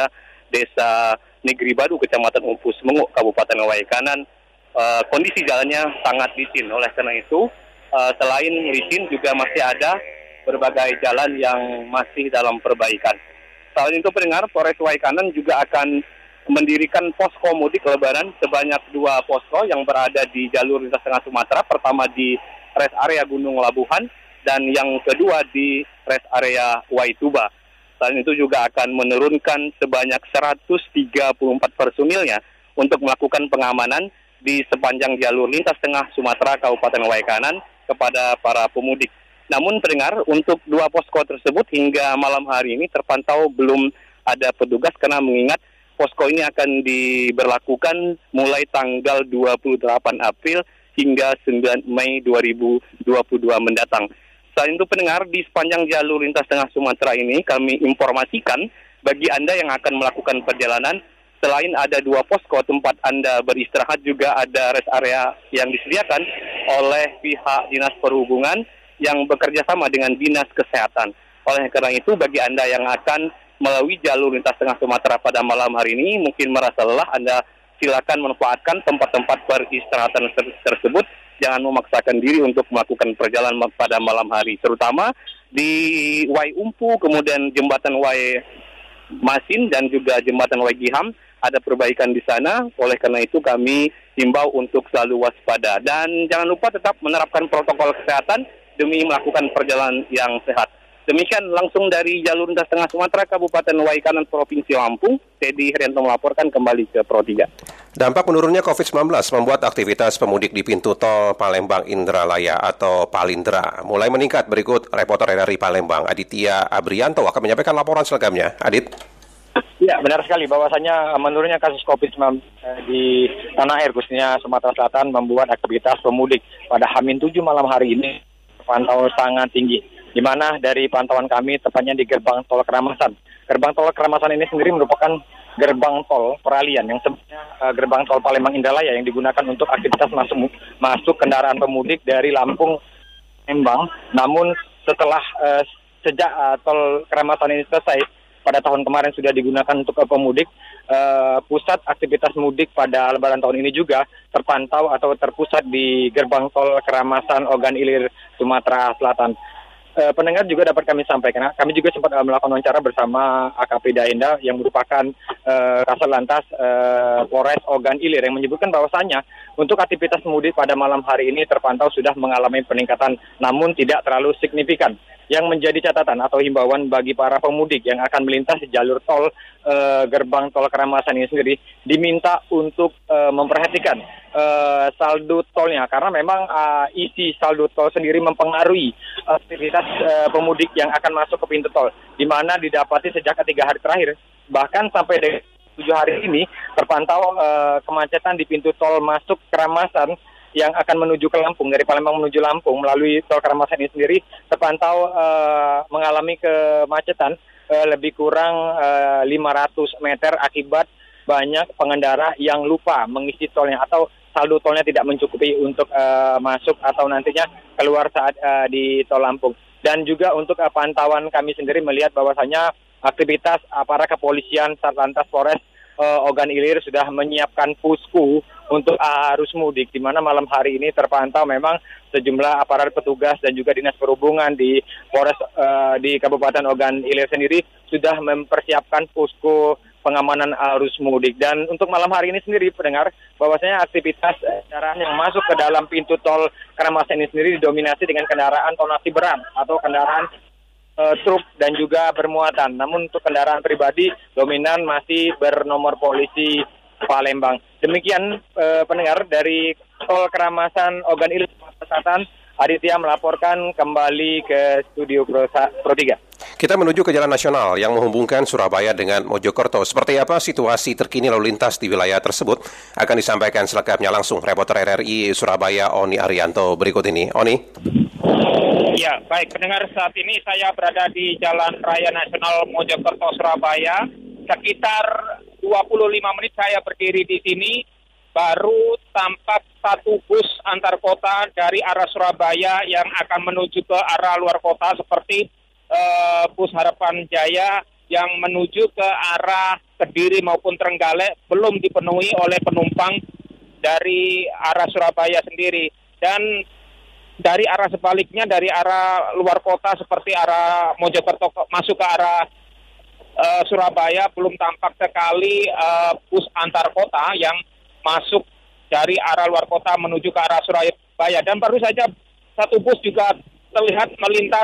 Desa Negeri Badu, Kecamatan Umpus Menguk, Kabupaten Waikanan, kondisi jalannya sangat licin. Oleh karena itu, selain licin juga masih ada berbagai jalan yang masih dalam perbaikan. Selain itu pendengar, Polres Waikanan juga akan mendirikan posko mudik Lebaran sebanyak 2 posko yang berada di jalur lintas tengah Sumatera. Pertama di rest area Gunung Labuhan dan yang kedua di rest area Waituba. Selain itu juga akan menurunkan sebanyak 134 personilnya untuk melakukan pengamanan di sepanjang jalur lintas tengah Sumatera Kabupaten Waikanan kepada para pemudik. Namun pendengar, untuk 2 posko tersebut hingga malam hari ini terpantau belum ada petugas karena mengingat posko ini akan diberlakukan mulai tanggal 28 April hingga 9 Mei 2022 mendatang. Selain itu pendengar, di sepanjang jalur lintas tengah Sumatera ini kami informasikan bagi Anda yang akan melakukan perjalanan, selain ada 2 posko tempat Anda beristirahat, juga ada rest area yang disediakan oleh pihak Dinas Perhubungan yang bekerja sama dengan Dinas Kesehatan. Oleh karena itu, bagi Anda yang akan melalui jalur lintas tengah Sumatera pada malam hari ini, mungkin merasa lelah, Anda silakan manfaatkan tempat-tempat peristirahatan tersebut. Jangan memaksakan diri untuk melakukan perjalanan pada malam hari, terutama di Wai Umpu, kemudian jembatan Wai Masin dan juga jembatan Wai Giham. Ada perbaikan di sana, oleh karena itu kami himbau untuk selalu waspada. Dan jangan lupa tetap menerapkan protokol kesehatan demi melakukan perjalanan yang sehat. Demikian langsung dari jalur lintas tengah Sumatera, Kabupaten Wai Kanan, Provinsi Lampung, Teddy Herianto melaporkan kembali ke Pro 3. Dampak menurunnya COVID-19 membuat aktivitas pemudik di pintu tol Palembang Indralaya atau Palindra mulai meningkat. Berikut reporter RRI Palembang, Aditya Abrianto, akan menyampaikan laporan selengkapnya. Adit. Ya, benar sekali bahwasanya menurunnya kasus COVID-19 di tanah air, khususnya Sumatera Selatan, membuat aktivitas pemudik pada H-7 malam hari ini terpantau sangat tinggi. Di mana dari pantauan kami, tepatnya di gerbang tol Keramasan. Gerbang tol Keramasan ini sendiri merupakan gerbang tol peralihan yang sebenarnya gerbang tol Palembang Indralaya yang digunakan untuk aktivitas masuk kendaraan pemudik dari Lampung Palembang. Namun setelah sejak tol Keramasan ini selesai pada tahun kemarin sudah digunakan untuk pemudik, pusat aktivitas mudik pada Lebaran tahun ini juga terpantau atau terpusat di gerbang tol Keramasan Ogan Ilir, Sumatera Selatan. Pendengar juga dapat kami sampaikan, kami juga sempat melakukan wawancara bersama AKP Daenda yang merupakan Kasat Lantas Polres Ogan Ilir yang menyebutkan bahwasannya untuk aktivitas mudik pada malam hari ini terpantau sudah mengalami peningkatan, namun tidak terlalu signifikan. Yang menjadi catatan atau himbauan bagi para pemudik yang akan melintas di jalur tol gerbang tol Keramasan ini sendiri, diminta untuk memperhatikan saldo tolnya, karena memang isi saldo tol sendiri mempengaruhi aktivitas pemudik yang akan masuk ke pintu tol, di mana didapati sejak 3 hari terakhir, bahkan sampai dengan 7 hari ini terpantau kemacetan di pintu tol masuk Keramasan yang akan menuju ke Lampung, dari Palembang menuju Lampung melalui tol Keramasan ini sendiri terpantau mengalami kemacetan lebih kurang 500 meter akibat banyak pengendara yang lupa mengisi tolnya atau saldo tolnya tidak mencukupi untuk masuk atau nantinya keluar saat di tol Lampung. Dan juga untuk pantauan kami sendiri melihat bahwasanya aktivitas aparat kepolisian Satlantas Polres Ogan Ilir sudah menyiapkan pusku untuk arus mudik, di mana malam hari ini terpantau memang sejumlah aparat petugas dan juga Dinas Perhubungan di Polres di Kabupaten Ogan Ilir sendiri sudah mempersiapkan pusku pengamanan arus mudik. Dan untuk malam hari ini sendiri pendengar, bahwasanya aktivitas kendaraan yang masuk ke dalam pintu tol Keramasan ini sendiri didominasi dengan kendaraan tonasi berat atau kendaraan truk dan juga bermuatan. Namun untuk kendaraan pribadi dominan masih bernomor polisi Palembang. Demikian pendengar dari tol Keramasan Ogan Ilir Selatan, Aditya melaporkan kembali ke studio Pro 3. Kita menuju ke jalan nasional yang menghubungkan Surabaya dengan Mojokerto. Seperti apa situasi terkini lalu lintas di wilayah tersebut akan disampaikan selengkapnya langsung reporter RRI Surabaya Oni Arianto berikut ini. Oni. Ya, baik pendengar, saat ini saya berada di Jalan Raya Nasional Mojokerto Surabaya. Sekitar 25 menit saya berdiri di sini, baru tampak satu bus antar kota dari arah Surabaya yang akan menuju ke arah luar kota seperti bus Harapan Jaya yang menuju ke arah Kediri maupun Trenggalek belum dipenuhi oleh penumpang dari arah Surabaya sendiri. Dan dari arah sebaliknya, dari arah luar kota seperti arah Mojokerto masuk ke arah Surabaya belum tampak sekali bus antar kota yang masuk dari arah luar kota menuju ke arah Surabaya. Dan baru saja satu bus juga terlihat melintas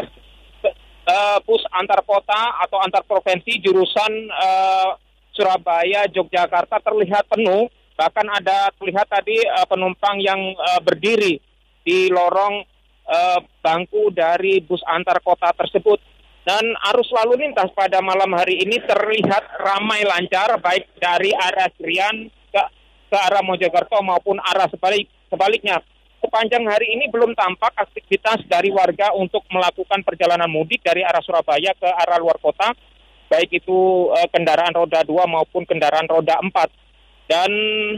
bus antar kota atau antar provinsi jurusan Surabaya Yogyakarta terlihat penuh. Bahkan ada terlihat tadi penumpang yang berdiri di lorong bangku dari bus antar kota tersebut. Dan arus lalu lintas pada malam hari ini terlihat ramai lancar, baik dari arah Serian ke arah Mojokerto maupun arah sebaliknya. Sepanjang hari ini belum tampak aktivitas dari warga untuk melakukan perjalanan mudik dari arah Surabaya ke arah luar kota, baik itu kendaraan roda 2 maupun kendaraan roda 4. Dan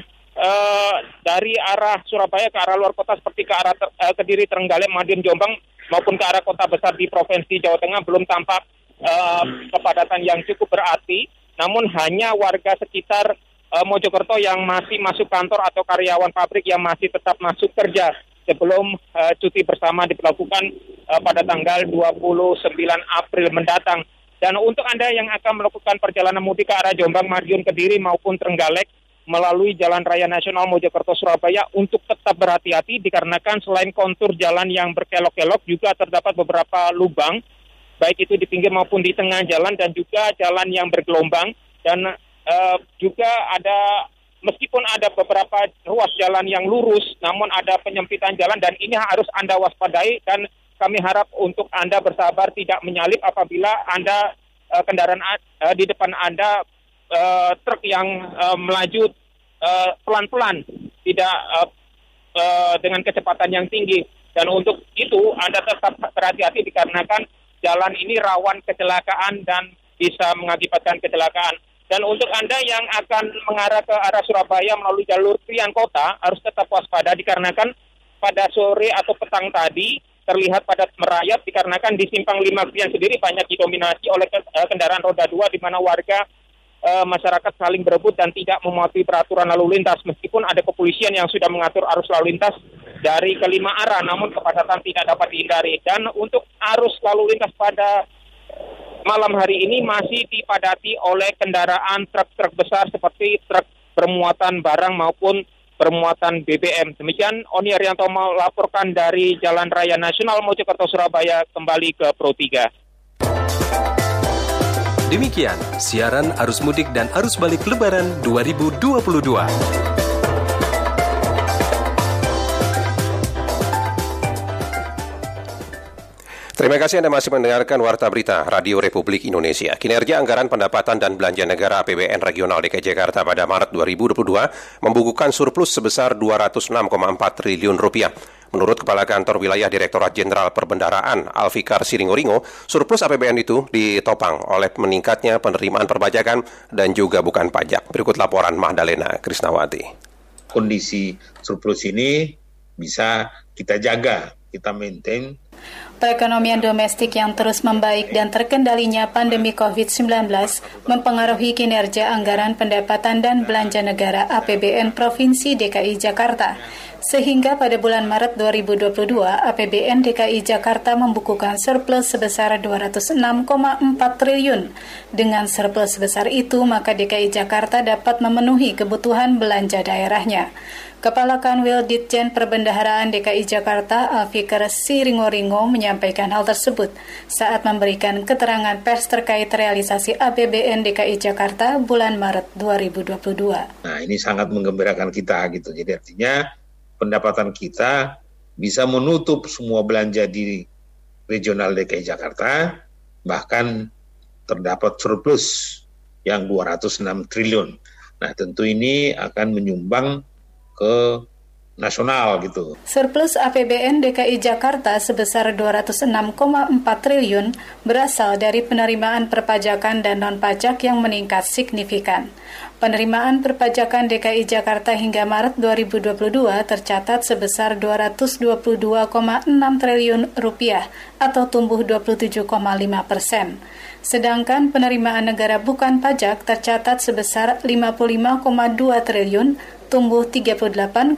dari arah Surabaya ke arah luar kota seperti ke arah Kediri, Trenggalek, Madiun, Jombang maupun ke arah kota besar di Provinsi Jawa Tengah belum tampak kepadatan yang cukup berarti, namun hanya warga sekitar Mojokerto yang masih masuk kantor atau karyawan pabrik yang masih tetap masuk kerja sebelum cuti bersama dilakukan pada tanggal 29 April mendatang. Dan untuk Anda yang akan melakukan perjalanan mudik ke arah Jombang, Madiun, Kediri maupun Trenggalek melalui Jalan Raya Nasional Mojokerto-Surabaya untuk tetap berhati-hati dikarenakan selain kontur jalan yang berkelok-kelok juga terdapat beberapa lubang, baik itu di pinggir maupun di tengah jalan dan juga jalan yang bergelombang. Dan juga ada, meskipun ada beberapa ruas jalan yang lurus, namun ada penyempitan jalan dan ini harus Anda waspadai, dan kami harap untuk Anda bersabar tidak menyalip apabila Anda kendaraan di depan Anda truk yang melaju pelan-pelan, tidak dengan kecepatan yang tinggi. Dan untuk itu Anda tetap berhati-hati dikarenakan jalan ini rawan kecelakaan dan bisa mengakibatkan kecelakaan. Dan untuk Anda yang akan mengarah ke arah Surabaya melalui jalur Krian Kota harus tetap waspada dikarenakan pada sore atau petang tadi terlihat padat merayap dikarenakan di Simpang 5 Krian sendiri banyak didominasi oleh kendaraan roda 2 di mana warga masyarakat saling berebut dan tidak mematuhi peraturan lalu lintas. Meskipun ada kepolisian yang sudah mengatur arus lalu lintas dari kelima arah, namun kepadatan tidak dapat dihindari. Dan untuk arus lalu lintas pada malam hari ini masih dipadati oleh kendaraan truk-truk besar seperti truk bermuatan barang maupun bermuatan BBM. Demikian Oni Arianto melaporkan dari Jalan Raya Nasional Mojokerto Surabaya kembali ke Pro 3. Demikian siaran arus mudik dan arus balik Lebaran 2022. Terima kasih Anda masih mendengarkan Warta Berita Radio Republik Indonesia. Kinerja Anggaran Pendapatan dan Belanja Negara APBN Regional DKI Jakarta pada Maret 2022 membukukan surplus sebesar Rp206,4 triliun. Menurut Kepala Kantor Wilayah Direktorat Jenderal Perbendaharaan Alfikar Siringoringo, surplus APBN itu ditopang oleh meningkatnya penerimaan perpajakan dan juga bukan pajak. Berikut laporan Mahdalena Krisnawati. Kondisi surplus ini bisa kita jaga, kita maintain. Perekonomian domestik yang terus membaik dan terkendalinya pandemi COVID-19 mempengaruhi kinerja anggaran pendapatan dan belanja negara APBN Provinsi DKI Jakarta. Sehingga pada bulan Maret 2022, APBN DKI Jakarta membukukan surplus sebesar Rp206,4 triliun. Dengan surplus sebesar itu, maka DKI Jakarta dapat memenuhi kebutuhan belanja daerahnya. Kepala Kanwil Ditjen Perbendaharaan DKI Jakarta, Alfikar Siringoringo, menyampaikan hal tersebut saat memberikan keterangan pers terkait realisasi APBN DKI Jakarta bulan Maret 2022. Nah, ini sangat menggembirakan kita gitu. Jadi artinya pendapatan kita bisa menutup semua belanja di regional DKI Jakarta, bahkan terdapat surplus yang 206 triliun. Nah, tentu ini akan menyumbang ke nasional gitu. Surplus APBN DKI Jakarta sebesar 206,4 triliun berasal dari penerimaan perpajakan dan non-pajak yang meningkat signifikan. Penerimaan perpajakan DKI Jakarta hingga Maret 2022 tercatat sebesar 222,6 triliun rupiah atau tumbuh 27,5%. Sedangkan penerimaan negara bukan pajak tercatat sebesar 55,2 triliun, tumbuh 38,4%.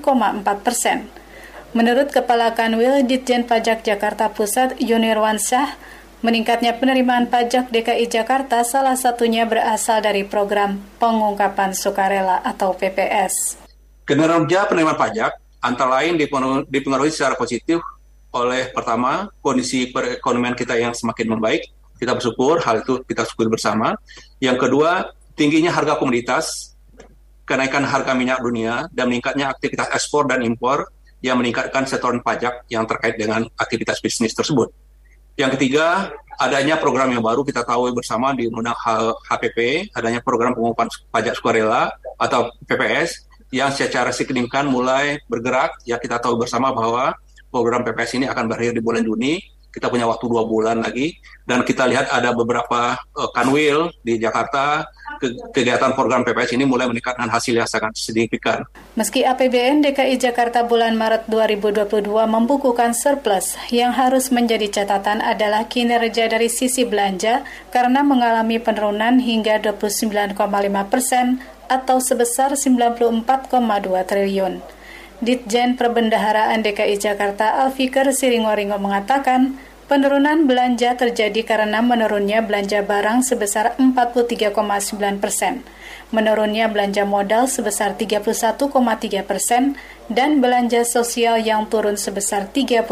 Menurut Kepala Kanwil Ditjen Pajak Jakarta Pusat Yunirwansyah, meningkatnya penerimaan pajak DKI Jakarta salah satunya berasal dari program pengungkapan sukarela atau PPS. Kinerja penerimaan pajak antara lain dipengaruhi secara positif oleh pertama kondisi perekonomian kita yang semakin membaik. Kita bersyukur, hal itu kita syukuri bersama. Yang kedua, tingginya harga komoditas, kenaikan harga minyak dunia, dan meningkatnya aktivitas ekspor dan impor yang meningkatkan setoran pajak yang terkait dengan aktivitas bisnis tersebut. Yang ketiga, adanya program yang baru kita tahu bersama di Undang HPP, adanya program pengupahan pajak sukarela atau PPS yang secara signifikan mulai bergerak. Ya, kita tahu bersama bahwa program PPS ini akan berakhir di bulan Juni. Kita punya waktu 2 bulan lagi, dan kita lihat ada beberapa kanwil di Jakarta, kegiatan program PPS ini mulai meningkatkan hasil yang sangat signifikan. Meski APBN DKI Jakarta bulan Maret 2022 membukukan surplus, yang harus menjadi catatan adalah kinerja dari sisi belanja karena mengalami penurunan hingga 29,5% atau sebesar 94,2 triliun. Ditjen Perbendaharaan DKI Jakarta Alfikar Siringoringo mengatakan, penurunan belanja terjadi karena menurunnya belanja barang sebesar 43,9%, menurunnya belanja modal sebesar 31,3%, dan belanja sosial yang turun sebesar 30,4%.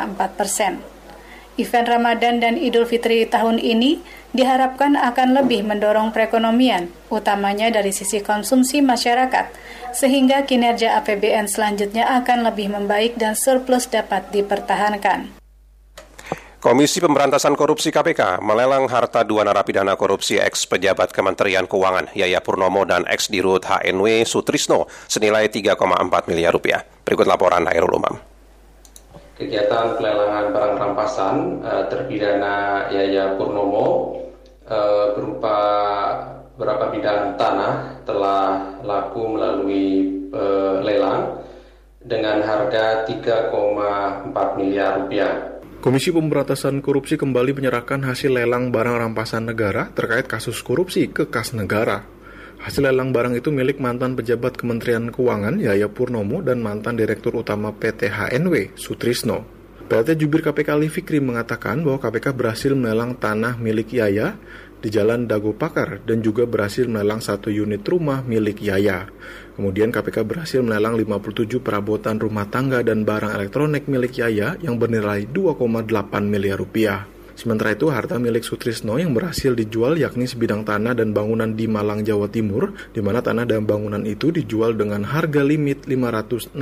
Event Ramadan dan Idul Fitri tahun ini diharapkan akan lebih mendorong perekonomian, utamanya dari sisi konsumsi masyarakat, sehingga kinerja APBN selanjutnya akan lebih membaik dan surplus dapat dipertahankan. Komisi Pemberantasan Korupsi KPK melelang harta 2 narapidana korupsi ex-pejabat Kementerian Keuangan Yaya Purnomo dan ex-Dirut HNW Sutrisno senilai 3,4 miliar rupiah. Berikut laporan Hairul Umam. Kegiatan pelelangan barang rampasan terpidana Yaya Purnomo berupa beberapa bidang tanah telah laku melalui lelang dengan harga 3,4 miliar rupiah. Komisi Pemberantasan Korupsi kembali menyerahkan hasil lelang barang rampasan negara terkait kasus korupsi ke kas negara. Hasil lelang barang itu milik mantan pejabat Kementerian Keuangan Yaya Purnomo dan mantan Direktur Utama PT HNW Sutrisno. PLT Jubir KPK Ali Fikri mengatakan bahwa KPK berhasil melelang tanah milik Yaya di Jalan Dago Pakar dan juga berhasil melelang 1 unit rumah milik Yaya. Kemudian KPK berhasil melelang 57 perabotan rumah tangga dan barang elektronik milik Yaya yang bernilai 2,8 miliar rupiah. Sementara itu, harta milik Sutrisno yang berhasil dijual yakni sebidang tanah dan bangunan di Malang, Jawa Timur, di mana tanah dan bangunan itu dijual dengan harga limit 566,98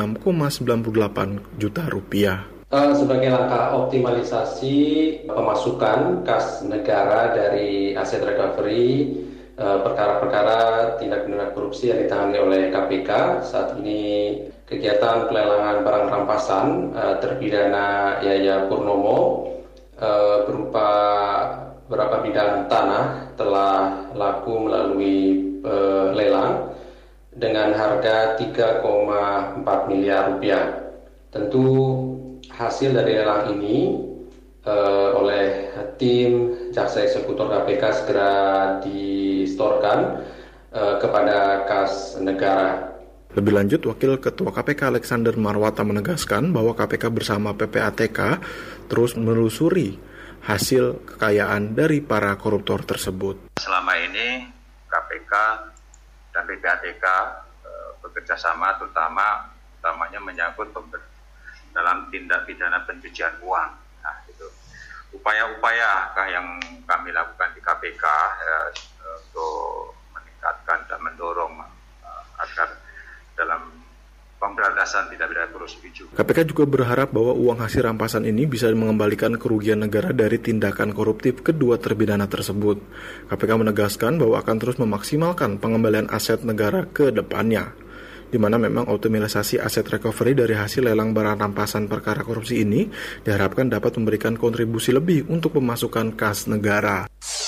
juta rupiah. Sebagai langkah optimalisasi pemasukan kas negara dari aset recovery, perkara-perkara tindak pidana korupsi yang ditangani oleh KPK, saat ini kegiatan pelelangan barang rampasan terpidana Yaya Purnomo berupa beberapa bidang tanah telah laku melalui lelang dengan harga 3,4 miliar rupiah. Tentu hasil dari lelang ini oleh tim Jaksa Eksekutor KPK segera distorkan kepada kas negara. Lebih lanjut, Wakil Ketua KPK Alexander Marwata menegaskan bahwa KPK bersama PPATK terus menelusuri hasil kekayaan dari para koruptor tersebut. Selama ini KPK dan PPATK bekerja sama utamanya menyangkut dalam tindak pidana pencucian uang. Nah, itu upaya-upaya yang kami lakukan di KPK untuk meningkatkan dan mendorong agar dalam pemberantasan tindak pidana korupsi juga. KPK juga berharap bahwa uang hasil rampasan ini bisa mengembalikan kerugian negara dari tindakan koruptif kedua terpidana tersebut. KPK menegaskan bahwa akan terus memaksimalkan pengembalian aset negara ke depannya, di mana memang optimalisasi aset recovery dari hasil lelang barang rampasan perkara korupsi ini diharapkan dapat memberikan kontribusi lebih untuk pemasukan kas negara.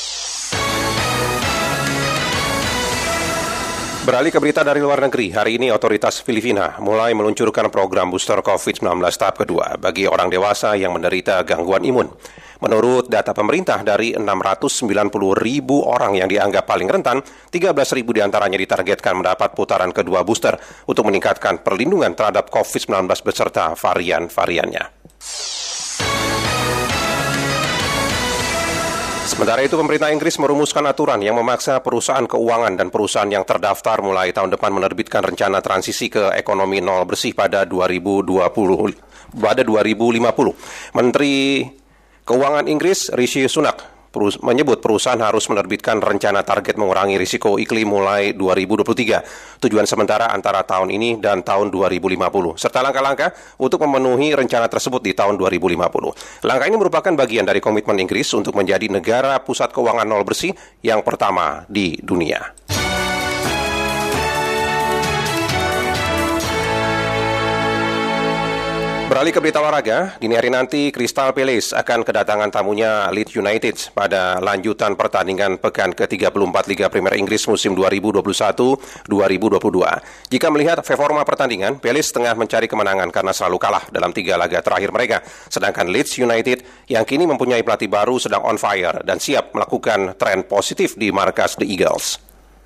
Beralih ke berita dari luar negeri, hari ini otoritas Filipina mulai meluncurkan program booster COVID-19 tahap kedua bagi orang dewasa yang menderita gangguan imun. Menurut data pemerintah, dari 690.000 orang yang dianggap paling rentan, 13.000 diantaranya ditargetkan mendapat putaran kedua booster untuk meningkatkan perlindungan terhadap COVID-19 beserta varian-variannya. Sementara itu, pemerintah Inggris merumuskan aturan yang memaksa perusahaan keuangan dan perusahaan yang terdaftar mulai tahun depan menerbitkan rencana transisi ke ekonomi nol bersih pada 2050. Menteri Keuangan Inggris Rishi Sunak menyebut perusahaan harus menerbitkan rencana target mengurangi risiko iklim mulai 2023, tujuan sementara antara tahun ini dan tahun 2050, serta langkah-langkah untuk memenuhi rencana tersebut di tahun 2050. Langkah ini merupakan bagian dari komitmen Inggris untuk menjadi negara pusat keuangan nol bersih yang pertama di dunia. Beralih ke berita olahraga, dini hari nanti Crystal Palace akan kedatangan tamunya Leeds United pada lanjutan pertandingan pekan ke-34 Liga Premier Inggris musim 2021-2022. Jika melihat performa pertandingan, Palace tengah mencari kemenangan karena selalu kalah dalam 3 laga terakhir mereka. Sedangkan Leeds United yang kini mempunyai pelatih baru sedang on fire dan siap melakukan tren positif di markas The Eagles.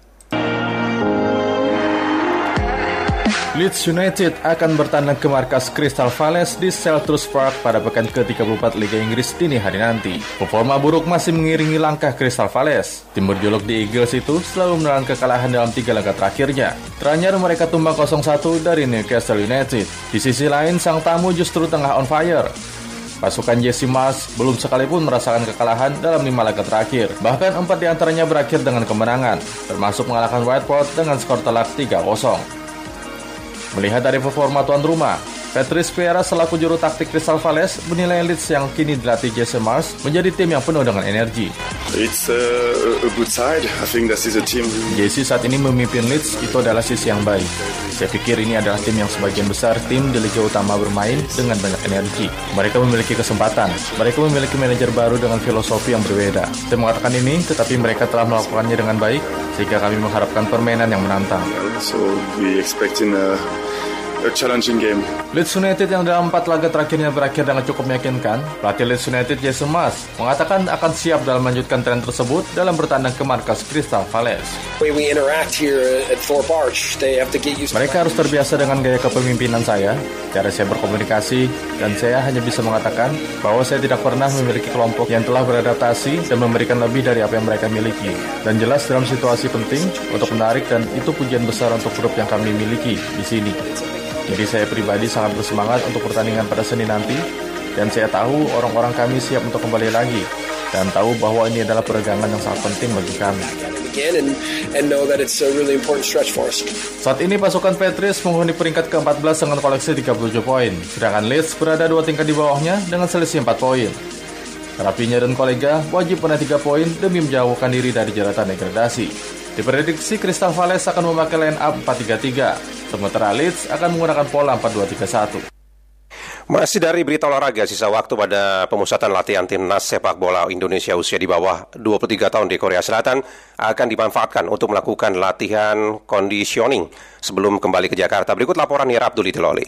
Leeds United akan bertandang ke markas Crystal Palace di Selhurst Park pada pekan ke-34 Liga Inggris dini hari nanti. Performa buruk masih mengiringi langkah Crystal Palace. Tim berjuluk The Eagles itu selalu menelan kekalahan dalam 3 laga terakhirnya. Terakhir mereka tumbang 0-1 dari Newcastle United. Di sisi lain, sang tamu justru tengah on fire. Pasukan Jesse Marsch belum sekalipun merasakan kekalahan dalam 5 laga terakhir. Bahkan 4 diantaranya berakhir dengan kemenangan, termasuk mengalahkan Watford dengan skor telak 3-0. Melihat dari performa tuan rumah, Patrice Vieira selaku juru taktik Crystal Palace menilai Leeds yang kini dilatih Jesse Marsch menjadi tim yang penuh dengan energi. It's a good side. I think that is a team. Jesse saat ini memimpin Leeds, itu adalah sisi yang baik. Saya pikir ini adalah tim yang sebagian besar tim di Liga Utama bermain dengan banyak energi. Mereka memiliki kesempatan. Mereka memiliki manajer baru dengan filosofi yang berbeda. Saya mengatakan ini, tetapi mereka telah melakukannya dengan baik, sehingga kami mengharapkan permainan yang menantang. So we expecting a challenging game. Leeds United yang dalam 4 laga terakhirnya berakhir dengan cukup meyakinkan, pelatih Leeds United Jesse Marsch mengatakan akan siap dalam melanjutkan tren tersebut dalam bertandang ke markas Crystal Palace. Mereka harus terbiasa dengan gaya kepemimpinan saya, cara saya berkomunikasi, dan saya hanya bisa mengatakan bahwa saya tidak pernah memiliki kelompok yang telah beradaptasi dan memberikan lebih dari apa yang mereka miliki. Dan jelas dalam situasi penting untuk menarik, dan itu pujian besar untuk grup yang kami miliki di sini. Jadi saya pribadi sangat bersemangat untuk pertandingan pada Senin nanti, dan saya tahu orang-orang kami siap untuk kembali lagi, dan tahu bahwa ini adalah peregangan yang sangat penting bagi kami. Saat ini pasukan Patriots menghuni peringkat ke-14 dengan koleksi 37 poin, sedangkan Leeds berada 2 tingkat di bawahnya dengan selisih 4 poin. Rapinya dan kolega wajib menang 3 poin demi menjauhkan diri dari jeratan degradasi. Diprediksi Crystal Palace akan memakai line up 4-3-3. Sementara Leeds akan menggunakan pola 4-2-3-1. Masih dari berita olahraga, sisa waktu pada pemusatan latihan timnas sepak bola Indonesia usia di bawah 23 tahun di Korea Selatan akan dimanfaatkan untuk melakukan latihan conditioning sebelum kembali ke Jakarta. Berikut laporan Nira Abdul Itiloli.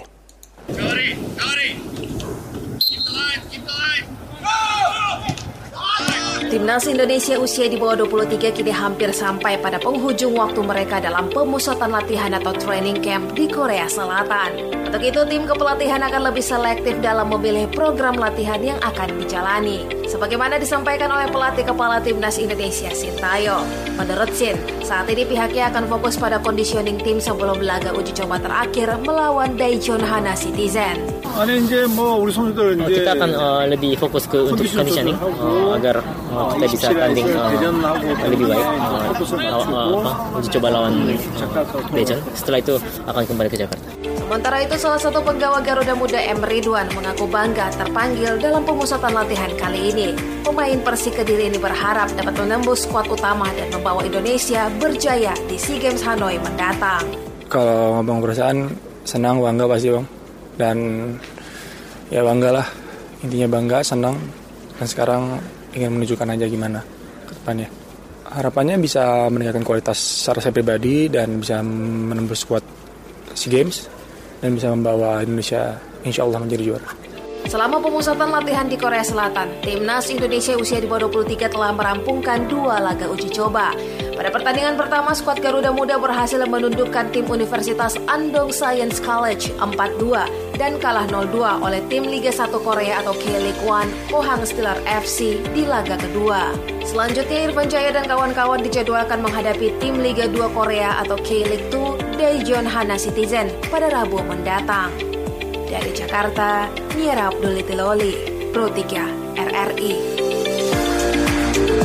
Timnas Indonesia usia di bawah 23 kini hampir sampai pada penghujung waktu mereka dalam pemusatan latihan atau training camp di Korea Selatan. Untuk itu, tim kepelatihan akan lebih selektif dalam memilih program latihan yang akan dijalani. Sebagaimana disampaikan oleh pelatih kepala Timnas Indonesia, Sintayong. Menurut Sin, saat ini pihaknya akan fokus pada conditioning tim sebelum laga uji coba terakhir melawan Daejeon Hana Citizen. Kita akan lebih fokus ke untuk conditioning agar kita bisa tanding lebih baik uji coba lawan Daejeon. Setelah itu akan kembali ke Jakarta. Sementara itu, salah satu penggawa Garuda Muda M. Ridwan mengaku bangga terpanggil dalam pemusatan latihan kali ini. Pemain Persik Kediri ini berharap dapat menembus skuad utama dan membawa Indonesia berjaya di SEA Games Hanoi mendatang. Kalau ngomong perasaan, senang, bangga pasti Bang. Dan ya bangga lah, intinya bangga, senang. Dan sekarang ingin menunjukkan aja gimana ke depannya. Harapannya bisa meningkatkan kualitas secara saya pribadi dan bisa menembus skuad SEA Games dan bisa membawa Indonesia insya Allah menjadi juara. Selama pemusatan latihan di Korea Selatan, Timnas Indonesia usia di bawah 23 telah merampungkan 2 laga uji coba. Pada pertandingan pertama, skuad Garuda Muda berhasil menundukkan tim Universitas Andong Science College 4-2 dan kalah 0-2 oleh tim Liga 1 Korea atau K-League 1 Pohang Steelers FC di laga kedua. Selanjutnya, Irfan Jaya dan kawan-kawan dijadwalkan menghadapi tim Liga 2 Korea atau K-League 2 Daejeon Hana Citizen pada Rabu mendatang. Dari Jakarta, Nira Abdul Itiloli, Pro 3 RRI.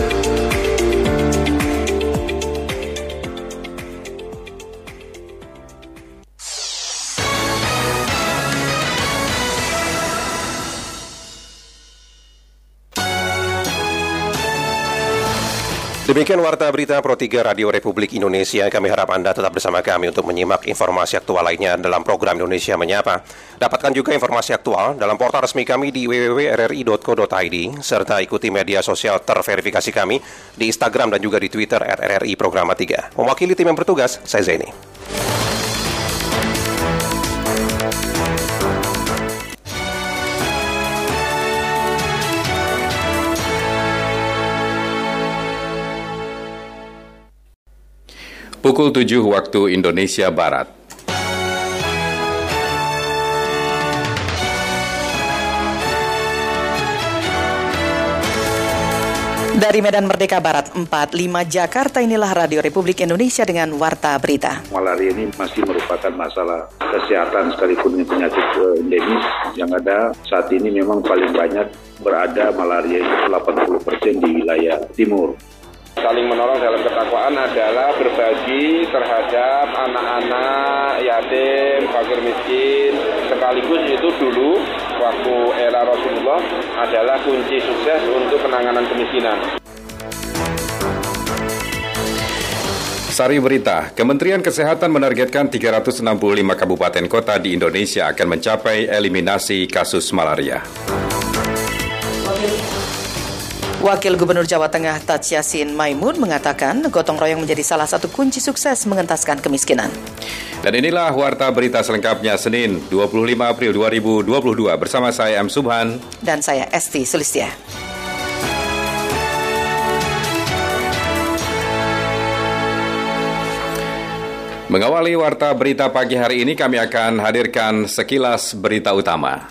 Demikian Warta Berita Pro 3 Radio Republik Indonesia. Kami harap Anda tetap bersama kami untuk menyimak informasi aktual lainnya dalam program Indonesia Menyapa. Dapatkan juga informasi aktual dalam portal resmi kami di www.rri.co.id serta ikuti media sosial terverifikasi kami di Instagram dan juga di Twitter @RRI Programa 3. Mewakili tim yang bertugas, saya Zaini. Pukul 7 waktu Indonesia Barat. Dari Medan Merdeka Barat 45 Jakarta, inilah Radio Republik Indonesia dengan Warta Berita. Malaria ini masih merupakan masalah kesehatan sekalipun penyakit endemis. Yang ada saat ini memang paling banyak berada malaria itu 80% di wilayah timur. Saling menolong dalam ketakwaan adalah berbagi terhadap anak-anak yatim, fakir miskin. Sekaligus itu dulu waktu era Rasulullah adalah kunci sukses untuk penanganan kemiskinan. Sari Berita, Kementerian Kesehatan menargetkan 365 kabupaten kota di Indonesia akan mencapai eliminasi kasus malaria. Wakil Gubernur Jawa Tengah Taj Yassin Maimun mengatakan gotong royong menjadi salah satu kunci sukses mengentaskan kemiskinan. Dan inilah Warta Berita selengkapnya Senin 25 April 2022 bersama saya M. Subhan dan saya Esti Sulistia. Mengawali Warta Berita pagi hari ini kami akan hadirkan sekilas berita utama.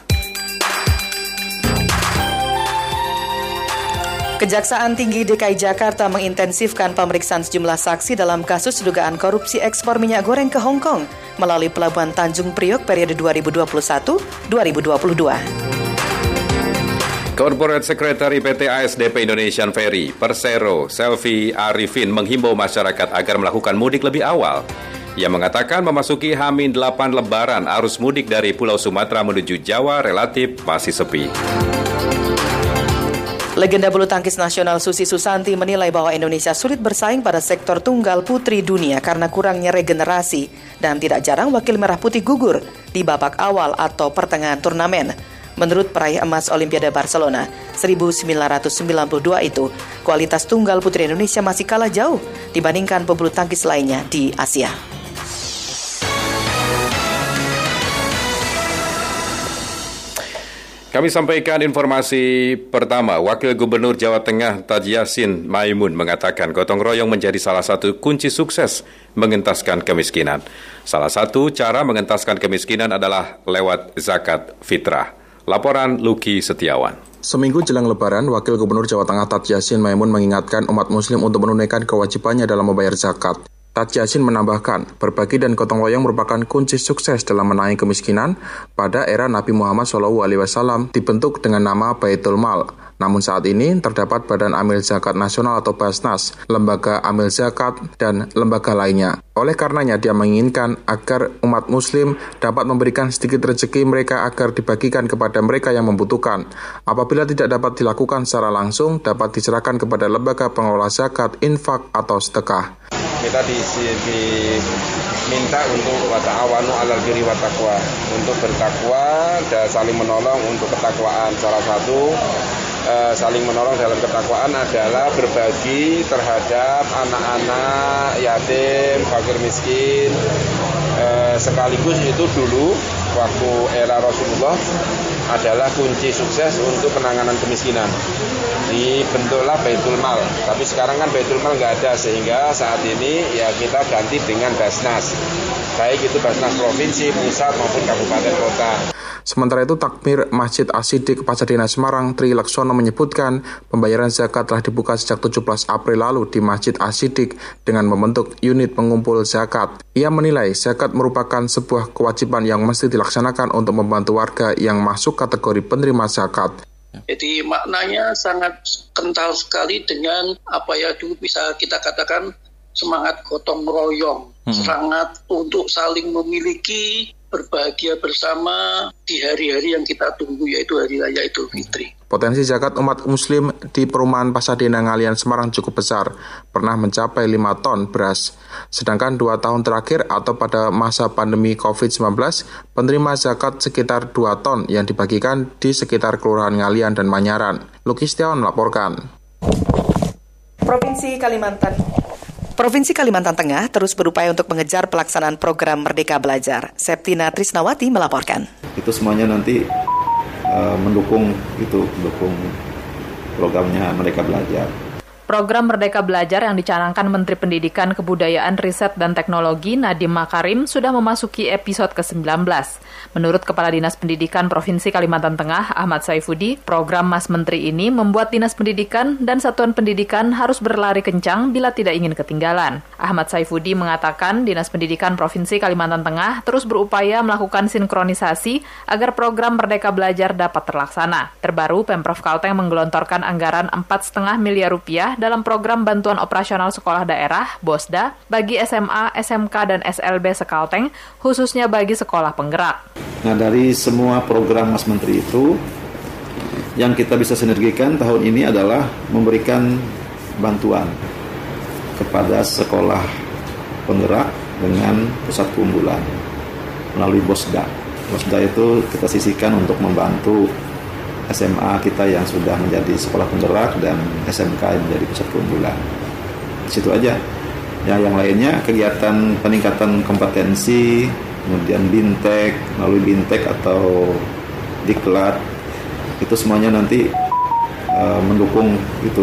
Kejaksaan Tinggi DKI Jakarta mengintensifkan pemeriksaan sejumlah saksi dalam kasus dugaan korupsi ekspor minyak goreng ke Hong Kong melalui Pelabuhan Tanjung Priok periode 2021-2022. Corporate Secretary PT ASDP Indonesian Ferry, Persero, Selvi Arifin menghimbau masyarakat agar melakukan mudik lebih awal. Ia mengatakan memasuki H-8 Lebaran, arus mudik dari Pulau Sumatera menuju Jawa relatif masih sepi. Legenda bulu tangkis nasional Susi Susanti menilai bahwa Indonesia sulit bersaing pada sektor tunggal putri dunia karena kurangnya regenerasi dan tidak jarang wakil merah putih gugur di babak awal atau pertengahan turnamen. Menurut peraih emas Olimpiade Barcelona 1992 itu, kualitas tunggal putri Indonesia masih kalah jauh dibandingkan pebulu tangkis lainnya di Asia. Kami sampaikan informasi pertama. Wakil Gubernur Jawa Tengah Taj Yassin Maimun mengatakan gotong royong menjadi salah satu kunci sukses mengentaskan kemiskinan. Salah satu cara mengentaskan kemiskinan adalah lewat zakat fitrah. Laporan Luki Setiawan. Seminggu jelang Lebaran, Wakil Gubernur Jawa Tengah Taj Yassin Maimun mengingatkan umat muslim untuk menunaikan kewajibannya dalam membayar zakat. Taj Yassin menambahkan, berbagi dan gotong royong merupakan kunci sukses dalam menaikkan kemiskinan. Pada era Nabi Muhammad SAW dibentuk dengan nama Baitul Mal. Namun saat ini terdapat Badan Amil Zakat Nasional atau Basnas, Lembaga Amil Zakat, dan lembaga lainnya. Oleh karenanya dia menginginkan agar umat muslim dapat memberikan sedikit rezeki mereka agar dibagikan kepada mereka yang membutuhkan. Apabila tidak dapat dilakukan secara langsung, dapat diserahkan kepada lembaga pengelola zakat, infak, atau sedekah. Kita diminta untuk wata'awanu alal birri wa taqwa, untuk bertakwa dan saling menolong untuk ketakwaan. Salah satu saling menolong dalam ketakwaan adalah berbagi terhadap anak-anak yatim, fakir miskin. Sekaligus itu dulu waktu era Rasulullah adalah kunci sukses untuk penanganan kemiskinan. Dibentuklah Baitul Mal, tapi sekarang kan Baitul Mal nggak ada, sehingga saat ini ya kita ganti dengan Basnas, baik itu Basnas provinsi, pusat maupun kabupaten kota. Sementara itu, Takmir Masjid As-Siddiq Pasadena Semarang, Tri Laksono menyebutkan pembayaran zakat telah dibuka sejak 17 April lalu di Masjid As-Siddiq dengan membentuk unit pengumpul zakat. Ia menilai zakat merupakan sebuah kewajiban yang mesti dilaksanakan untuk membantu warga yang masuk kategori penerima zakat. Jadi maknanya sangat kental sekali dengan apa ya dulu bisa kita katakan semangat gotong royong, semangat untuk saling memiliki, berbahagia bersama di hari-hari yang kita tunggu, yaitu Hari Raya Idul Fitri. Potensi zakat umat muslim di perumahan Pasadena Ngalian Semarang cukup besar, pernah mencapai 5 ton beras. Sedangkan 2 tahun terakhir atau pada masa pandemi COVID-19, penerima zakat sekitar 2 ton yang dibagikan di sekitar Kelurahan Ngalian dan Manyaran. Luki Setiawan melaporkan. Provinsi Kalimantan Tengah terus berupaya untuk mengejar pelaksanaan program Merdeka Belajar. Septina Trisnawati melaporkan. Itu semuanya nanti mendukung programnya Merdeka Belajar. Program Merdeka Belajar yang dicanangkan Menteri Pendidikan, Kebudayaan, Riset, dan Teknologi Nadiem Makarim sudah memasuki episode ke-19. Menurut Kepala Dinas Pendidikan Provinsi Kalimantan Tengah, Ahmad Saifuddin, program Mas Menteri ini membuat Dinas Pendidikan dan Satuan Pendidikan harus berlari kencang bila tidak ingin ketinggalan. Ahmad Saifuddin mengatakan Dinas Pendidikan Provinsi Kalimantan Tengah terus berupaya melakukan sinkronisasi agar program Merdeka Belajar dapat terlaksana. Terbaru, Pemprov Kalteng menggelontorkan anggaran 4,5 miliar rupiah dalam program Bantuan Operasional Sekolah Daerah, BOSDA, bagi SMA, SMK, dan SLB Sekalteng, khususnya bagi sekolah penggerak. Nah, dari semua program Mas Menteri itu, yang kita bisa sinergikan tahun ini adalah memberikan bantuan kepada sekolah penggerak dengan pusat keunggulan melalui BOSDA. BOSDA itu kita sisihkan untuk membantu SMA kita yang sudah menjadi sekolah penggerak dan SMK yang menjadi pusat keunggulan. Di situ aja. Ya, yang lainnya kegiatan peningkatan kompetensi, kemudian BINTEK, melalui BINTEK atau Diklat, itu semuanya nanti mendukung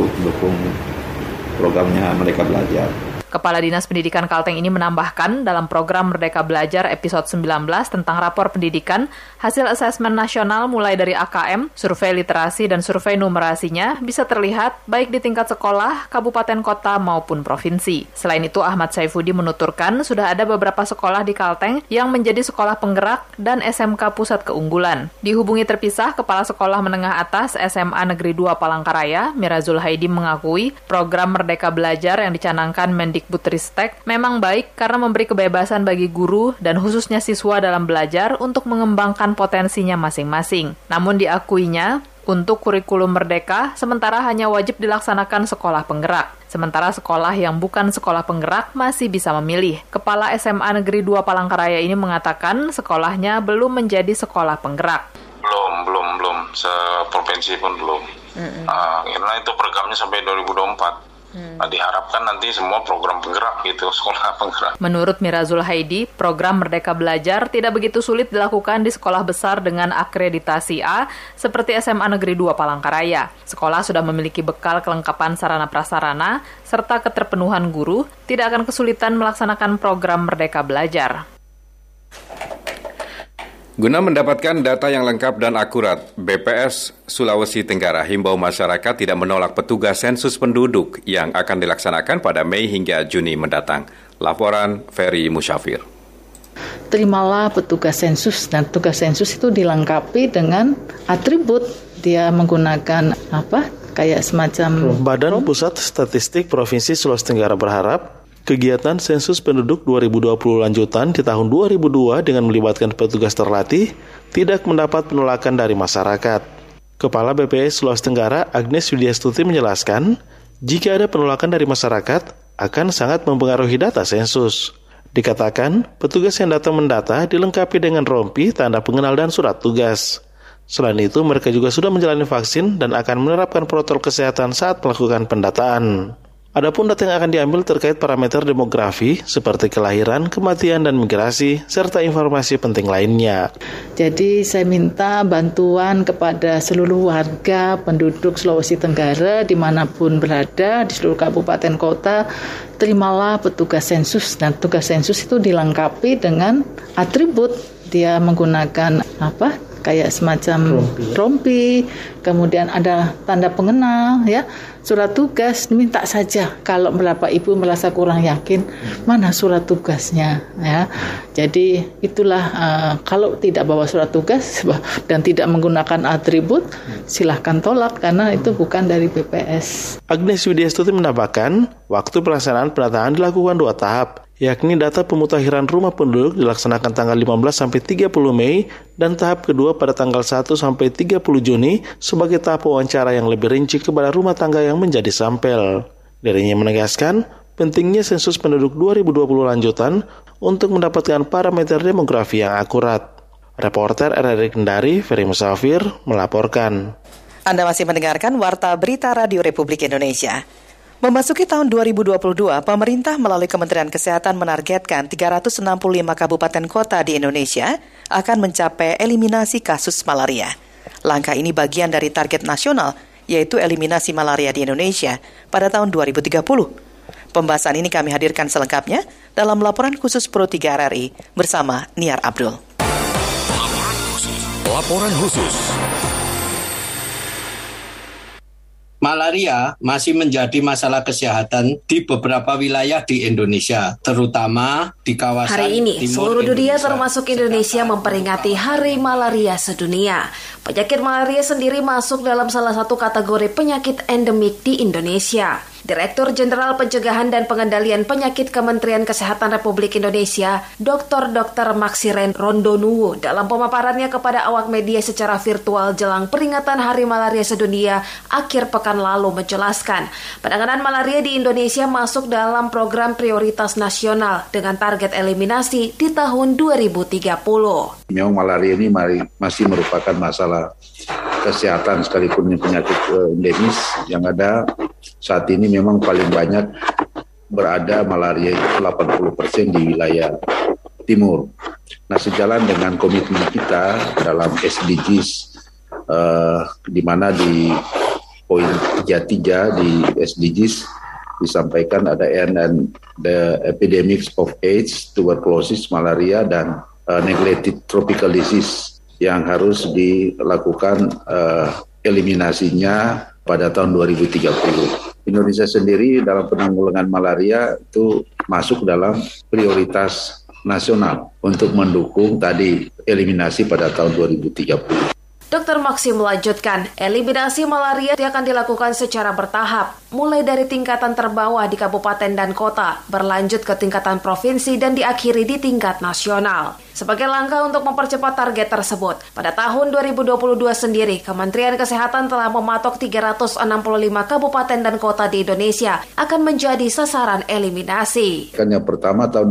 programnya Merdeka Belajar. Kepala Dinas Pendidikan Kalteng ini menambahkan dalam program Merdeka Belajar episode 19 tentang rapor pendidikan, hasil asesmen nasional mulai dari AKM, survei literasi dan survei numerasinya bisa terlihat baik di tingkat sekolah, kabupaten kota maupun provinsi. Selain itu, Ahmad Saifuddin menuturkan sudah ada beberapa sekolah di Kalteng yang menjadi sekolah penggerak dan SMK pusat keunggulan. Dihubungi terpisah, Kepala Sekolah Menengah Atas SMA Negeri 2 Palangkaraya, Mirazul Haidi mengakui program Merdeka Belajar yang dicanangkan Mendikbudristek memang baik karena memberi kebebasan bagi guru dan khususnya siswa dalam belajar untuk mengembangkan potensinya masing-masing. Namun diakuinya, untuk kurikulum merdeka, sementara hanya wajib dilaksanakan sekolah penggerak. Sementara sekolah yang bukan sekolah penggerak masih bisa memilih. Kepala SMA Negeri 2 Palangkaraya ini mengatakan sekolahnya belum menjadi sekolah penggerak. Belum. Seprovinsi pun belum. Karena itu programnya sampai 2024. Nah, diharapkan nanti semua program penggerak gitu, sekolah penggerak. Menurut Mirazul Haidi, program Merdeka Belajar tidak begitu sulit dilakukan di sekolah besar dengan akreditasi A seperti SMA Negeri 2 Palangkaraya. Sekolah sudah memiliki bekal kelengkapan sarana prasarana serta keterpenuhan guru, tidak akan kesulitan melaksanakan program Merdeka Belajar. Guna mendapatkan data yang lengkap dan akurat, BPS Sulawesi Tenggara himbau masyarakat tidak menolak petugas sensus penduduk yang akan dilaksanakan pada Mei hingga Juni mendatang. Laporan Ferry Musyafir. Terimalah petugas sensus, dan petugas sensus itu dilengkapi dengan atribut. Dia menggunakan kayak semacam Badan Pusat Statistik Provinsi Sulawesi Tenggara berharap kegiatan sensus penduduk 2020 lanjutan di tahun 2002 dengan melibatkan petugas terlatih tidak mendapat penolakan dari masyarakat. Kepala BPS Sulawesi Tenggara Agnes Widyastuti menjelaskan, jika ada penolakan dari masyarakat akan sangat mempengaruhi data sensus. Dikatakan, petugas yang datang mendata dilengkapi dengan rompi, tanda pengenal dan surat tugas. Selain itu, mereka juga sudah menjalani vaksin dan akan menerapkan protokol kesehatan saat melakukan pendataan. Adapun data yang akan diambil terkait parameter demografi seperti kelahiran, kematian, dan migrasi, serta informasi penting lainnya. Jadi saya minta bantuan kepada seluruh warga penduduk Sulawesi Tenggara dimanapun berada, di seluruh kabupaten kota, terimalah petugas sensus. Dan petugas sensus itu dilengkapi dengan atribut. Dia menggunakan kayak semacam rompi, kemudian ada tanda pengenal, surat tugas. Minta saja kalau Bapak Ibu merasa kurang yakin mana surat tugasnya, Jadi itulah kalau tidak bawa surat tugas dan tidak menggunakan atribut, silahkan tolak karena itu bukan dari BPS. Agnes Widyastuti menambahkan, waktu pelaksanaan pendataan dilakukan 2 tahap. yakni data pemutakhiran rumah penduduk dilaksanakan tanggal 15 sampai 30 Mei dan tahap kedua pada tanggal 1 sampai 30 Juni sebagai tahap wawancara yang lebih rinci kepada rumah tangga yang menjadi sampel. Dirinya menegaskan pentingnya sensus penduduk 2020 lanjutan untuk mendapatkan parameter demografi yang akurat. Reporter RRI Kendari, Ferry Musafir, melaporkan. Anda masih mendengarkan Warta Berita Radio Republik Indonesia. Memasuki tahun 2022, pemerintah melalui Kementerian Kesehatan menargetkan 365 kabupaten kota di Indonesia akan mencapai eliminasi kasus malaria. Langkah ini bagian dari target nasional, yaitu eliminasi malaria di Indonesia pada tahun 2030. Pembahasan ini kami hadirkan selengkapnya dalam laporan khusus Pro 3 RRI bersama Niar Abdul. Laporan khusus. Malaria masih menjadi masalah kesehatan di beberapa wilayah di Indonesia, terutama di kawasan Hari ini, seluruh dunia termasuk Indonesia memperingati Hari Malaria Sedunia. Penyakit malaria sendiri masuk dalam salah satu kategori penyakit endemik di Indonesia. Direktur Jenderal Pencegahan dan Pengendalian Penyakit Kementerian Kesehatan Republik Indonesia, Dr. Maxiren Rondonuwu, dalam pemaparannya kepada awak media secara virtual jelang peringatan Hari Malaria Sedunia akhir pekan lalu menjelaskan, penanganan malaria di Indonesia masuk dalam program prioritas nasional dengan target eliminasi di tahun 2030. Memang malaria ini masih merupakan masalah kesehatan sekalipun penyakit endemis yang ada saat ini. Memang paling banyak berada malaria itu 80% di wilayah timur. Nah, sejalan dengan komitmen kita dalam SDGs, di mana di poin 33 di SDGs disampaikan ada end and the epidemics of AIDS, tuberculosis, malaria, dan neglected tropical disease yang harus dilakukan eliminasinya pada tahun 2030. Indonesia sendiri dalam penanggulangan malaria itu masuk dalam prioritas nasional untuk mendukung tadi eliminasi pada tahun 2030. Dr. Maxi melanjutkan, eliminasi malaria akan dilakukan secara bertahap, mulai dari tingkatan terbawah di kabupaten dan kota, berlanjut ke tingkatan provinsi dan diakhiri di tingkat nasional. Sebagai langkah untuk mempercepat target tersebut, pada tahun 2022 sendiri, Kementerian Kesehatan telah mematok 365 kabupaten dan kota di Indonesia akan menjadi sasaran eliminasi. Yang pertama tahun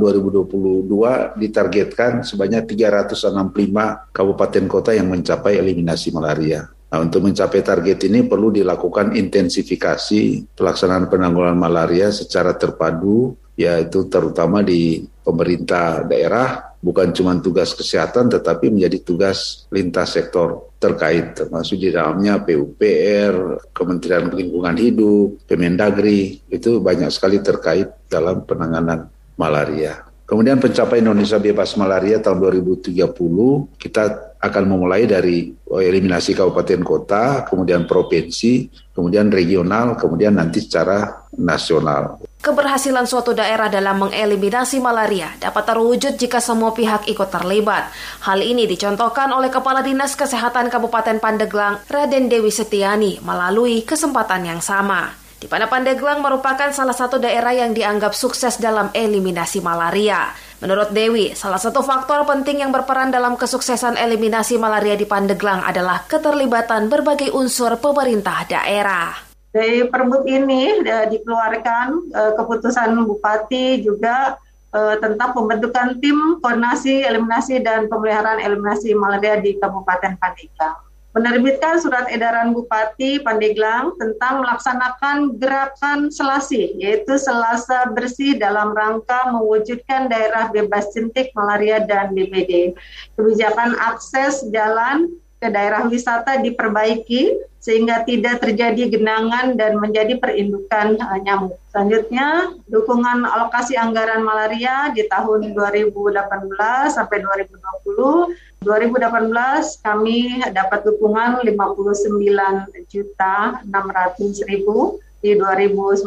2022 ditargetkan sebanyak 365 kabupaten kota yang mencapai eliminasi malaria. Nah, untuk mencapai target ini perlu dilakukan intensifikasi pelaksanaan penanggulangan malaria secara terpadu, yaitu terutama di pemerintah daerah, bukan cuma tugas kesehatan tetapi menjadi tugas lintas sektor terkait, termasuk di dalamnya PUPR, Kementerian Lingkungan Hidup, Kemendagri, itu banyak sekali terkait dalam penanganan malaria. Kemudian pencapaian Indonesia bebas malaria tahun 2030, kita akan memulai dari eliminasi kabupaten kota, kemudian provinsi, kemudian regional, kemudian nanti secara nasional. Keberhasilan suatu daerah dalam mengeliminasi malaria dapat terwujud jika semua pihak ikut terlibat. Hal ini dicontohkan oleh Kepala Dinas Kesehatan Kabupaten Pandeglang, Raden Dewi Setiani, melalui kesempatan yang sama. Di mana Pandeglang merupakan salah satu daerah yang dianggap sukses dalam eliminasi malaria. Menurut Dewi, salah satu faktor penting yang berperan dalam kesuksesan eliminasi malaria di Pandeglang adalah keterlibatan berbagai unsur pemerintah daerah. Dari Perbuk ini dikeluarkan keputusan Bupati juga tentang pembentukan tim koordinasi eliminasi dan pemeliharaan eliminasi malaria di Kabupaten Pandeglang. Menerbitkan surat edaran Bupati Pandeglang tentang melaksanakan gerakan Selasi, yaitu Selasa Bersih dalam rangka mewujudkan daerah bebas jentik malaria dan DBD. Kebijakan akses jalan ke daerah wisata diperbaiki sehingga tidak terjadi genangan dan menjadi perindukan nyamuk. Selanjutnya, dukungan alokasi anggaran malaria di tahun 2018 sampai 2020. 2018 kami dapat dukungan 59.600.000. Di 2019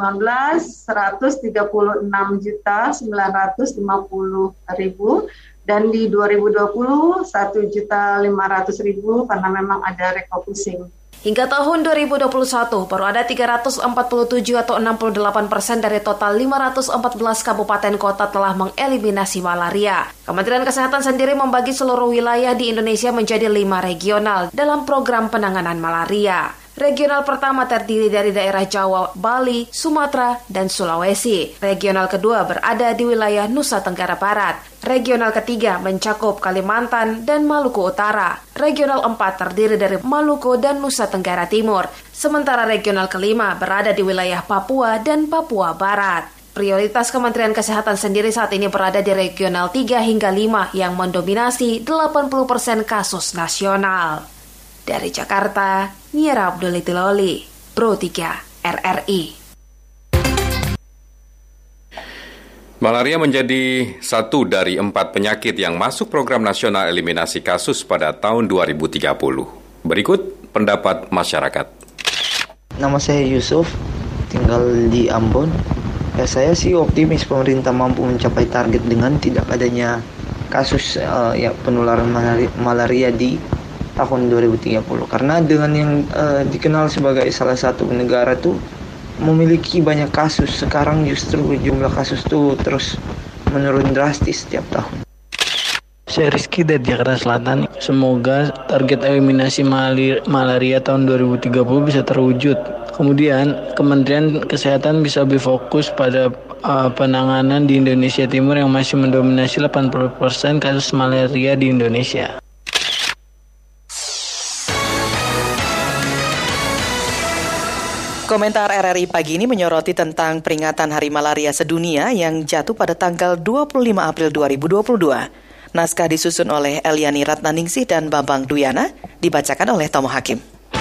136.950.000. Dan di 2020 1.500.000 karena memang ada refocusing. Hingga tahun 2021, baru ada 347 atau 68% dari total 514 kabupaten kota telah mengeliminasi malaria. Kementerian Kesehatan sendiri membagi seluruh wilayah di Indonesia menjadi 5 regional dalam program penanganan malaria. Regional pertama terdiri dari daerah Jawa, Bali, Sumatera, dan Sulawesi. Regional kedua berada di wilayah Nusa Tenggara Barat. Regional ketiga mencakup Kalimantan dan Maluku Utara. Regional 4 terdiri dari Maluku dan Nusa Tenggara Timur. Sementara regional kelima berada di wilayah Papua dan Papua Barat. Prioritas Kementerian Kesehatan sendiri saat ini berada di regional 3 hingga 5 yang mendominasi 80% kasus nasional. Dari Jakarta, Mira Abdullitiloli, Pro 3 RRI. Malaria menjadi satu dari 4 penyakit yang masuk program nasional eliminasi kasus pada tahun 2030. Berikut pendapat masyarakat. Nama saya Yusuf, tinggal di Ambon. Ya, saya sih optimis pemerintah mampu mencapai target dengan tidak adanya kasus penularan malaria di tahun 2030. Karena dengan yang dikenal sebagai salah satu negara tuh memiliki banyak kasus, sekarang justru jumlah kasus tuh terus menurun drastis setiap tahun. Saya Rizky dari Jakarta Selatan. Semoga target eliminasi malaria tahun 2030 bisa terwujud. Kemudian Kementerian Kesehatan bisa lebih fokus pada penanganan di Indonesia Timur yang masih mendominasi 80% kasus malaria di Indonesia. Komentar RRI pagi ini menyoroti tentang peringatan Hari Malaria Sedunia yang jatuh pada tanggal 25 April 2022. Naskah disusun oleh Eliani Ratnaningsih dan Bambang Duyana, dibacakan oleh Tomo Hakim.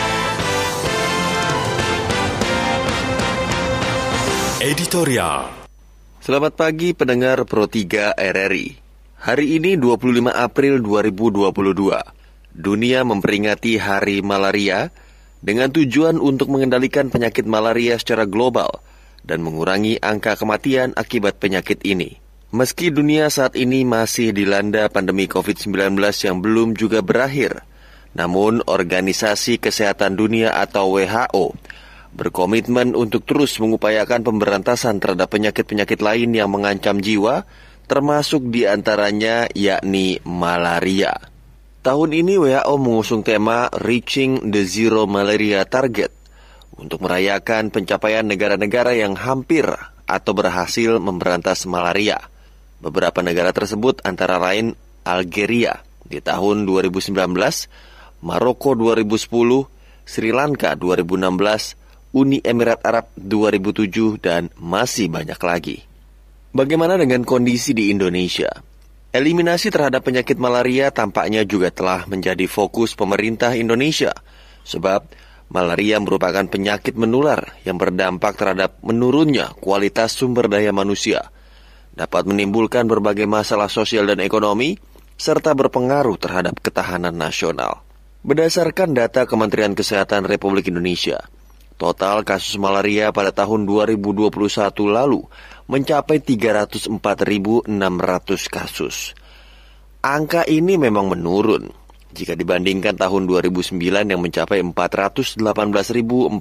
Editorial. Selamat pagi pendengar Pro 3 RRI. Hari ini 25 April 2022. Dunia memperingati Hari Malaria dengan tujuan untuk mengendalikan penyakit malaria secara global dan mengurangi angka kematian akibat penyakit ini. Meski dunia saat ini masih dilanda pandemi COVID-19 yang belum juga berakhir, namun Organisasi Kesehatan Dunia atau WHO berkomitmen untuk terus mengupayakan pemberantasan terhadap penyakit-penyakit lain yang mengancam jiwa, termasuk diantaranya yakni malaria. Tahun ini WHO mengusung tema Reaching the Zero Malaria Target untuk merayakan pencapaian negara-negara yang hampir atau berhasil memberantas malaria. Beberapa negara tersebut antara lain Algeria di tahun 2019, Maroko 2010, Sri Lanka 2016, Uni Emirat Arab 2007, dan masih banyak lagi. Bagaimana dengan kondisi di Indonesia? Eliminasi terhadap penyakit malaria tampaknya juga telah menjadi fokus pemerintah Indonesia, sebab malaria merupakan penyakit menular yang berdampak terhadap menurunnya kualitas sumber daya manusia, dapat menimbulkan berbagai masalah sosial dan ekonomi, serta berpengaruh terhadap ketahanan nasional. Berdasarkan data Kementerian Kesehatan Republik Indonesia, total kasus malaria pada tahun 2021 lalu mencapai 304.600 kasus. Angka ini memang menurun jika dibandingkan tahun 2009 yang mencapai 418.439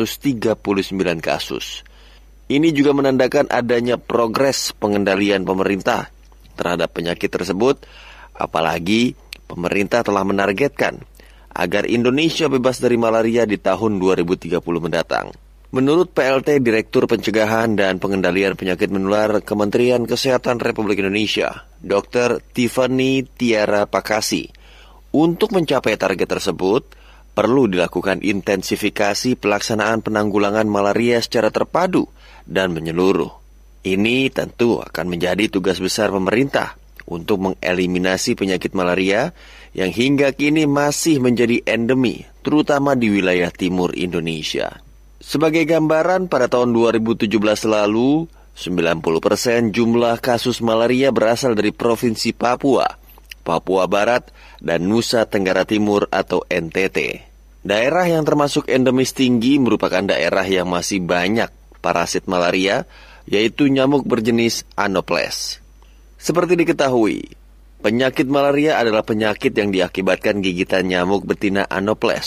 kasus. Ini juga menandakan adanya progres pengendalian pemerintah terhadap penyakit tersebut, apalagi pemerintah telah menargetkan agar Indonesia bebas dari malaria di tahun 2030 mendatang. Menurut PLT Direktur Pencegahan dan Pengendalian Penyakit Menular Kementerian Kesehatan Republik Indonesia, Dr. Tiffany Tiara Pakasi, untuk mencapai target tersebut, perlu dilakukan intensifikasi pelaksanaan penanggulangan malaria secara terpadu dan menyeluruh. Ini tentu akan menjadi tugas besar pemerintah untuk mengeliminasi penyakit malaria yang hingga kini masih menjadi endemi, terutama di wilayah timur Indonesia. Sebagai gambaran, pada tahun 2017 lalu, 90% jumlah kasus malaria berasal dari Provinsi Papua, Papua Barat, dan Nusa Tenggara Timur atau NTT. Daerah yang termasuk endemis tinggi merupakan daerah yang masih banyak parasit malaria, yaitu nyamuk berjenis Anopheles. Seperti diketahui, penyakit malaria adalah penyakit yang diakibatkan gigitan nyamuk betina Anopheles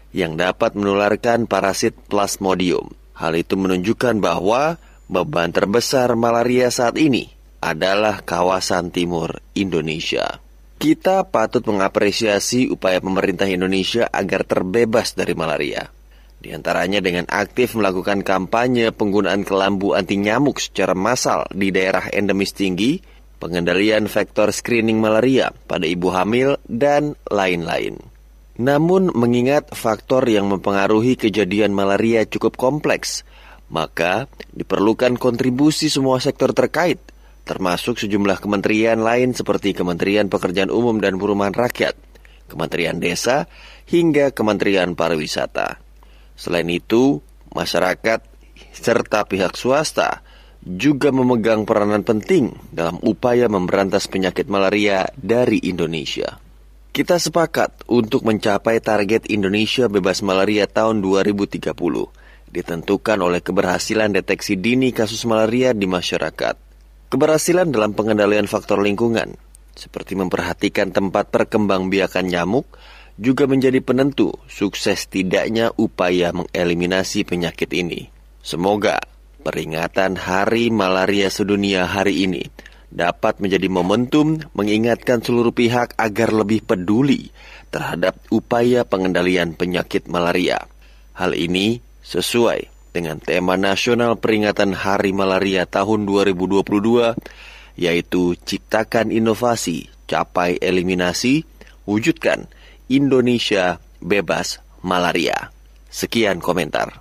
yang dapat menularkan parasit Plasmodium. Hal itu menunjukkan bahwa beban terbesar malaria saat ini adalah kawasan timur Indonesia. Kita patut mengapresiasi upaya pemerintah Indonesia agar terbebas dari malaria. Di antaranya dengan aktif melakukan kampanye penggunaan kelambu anti nyamuk secara massal di daerah endemis tinggi, pengendalian vektor screening malaria pada ibu hamil, dan lain-lain. Namun mengingat faktor yang mempengaruhi kejadian malaria cukup kompleks, maka diperlukan kontribusi semua sektor terkait, termasuk sejumlah kementerian lain seperti Kementerian Pekerjaan Umum dan Perumahan Rakyat, Kementerian Desa, hingga Kementerian Pariwisata. Selain itu, masyarakat serta pihak swasta juga memegang peranan penting dalam upaya memberantas penyakit malaria dari Indonesia. Kita sepakat untuk mencapai target Indonesia bebas malaria tahun 2030, ditentukan oleh keberhasilan deteksi dini kasus malaria di masyarakat. Keberhasilan dalam pengendalian faktor lingkungan, seperti memperhatikan tempat perkembangbiakan nyamuk, juga menjadi penentu sukses tidaknya upaya mengeliminasi penyakit ini. Semoga peringatan Hari Malaria Sedunia hari ini dapat menjadi momentum mengingatkan seluruh pihak agar lebih peduli terhadap upaya pengendalian penyakit malaria. Hal ini sesuai dengan tema nasional peringatan Hari Malaria tahun 2022, yaitu Ciptakan Inovasi, Capai Eliminasi, Wujudkan Indonesia Bebas Malaria. Sekian komentar.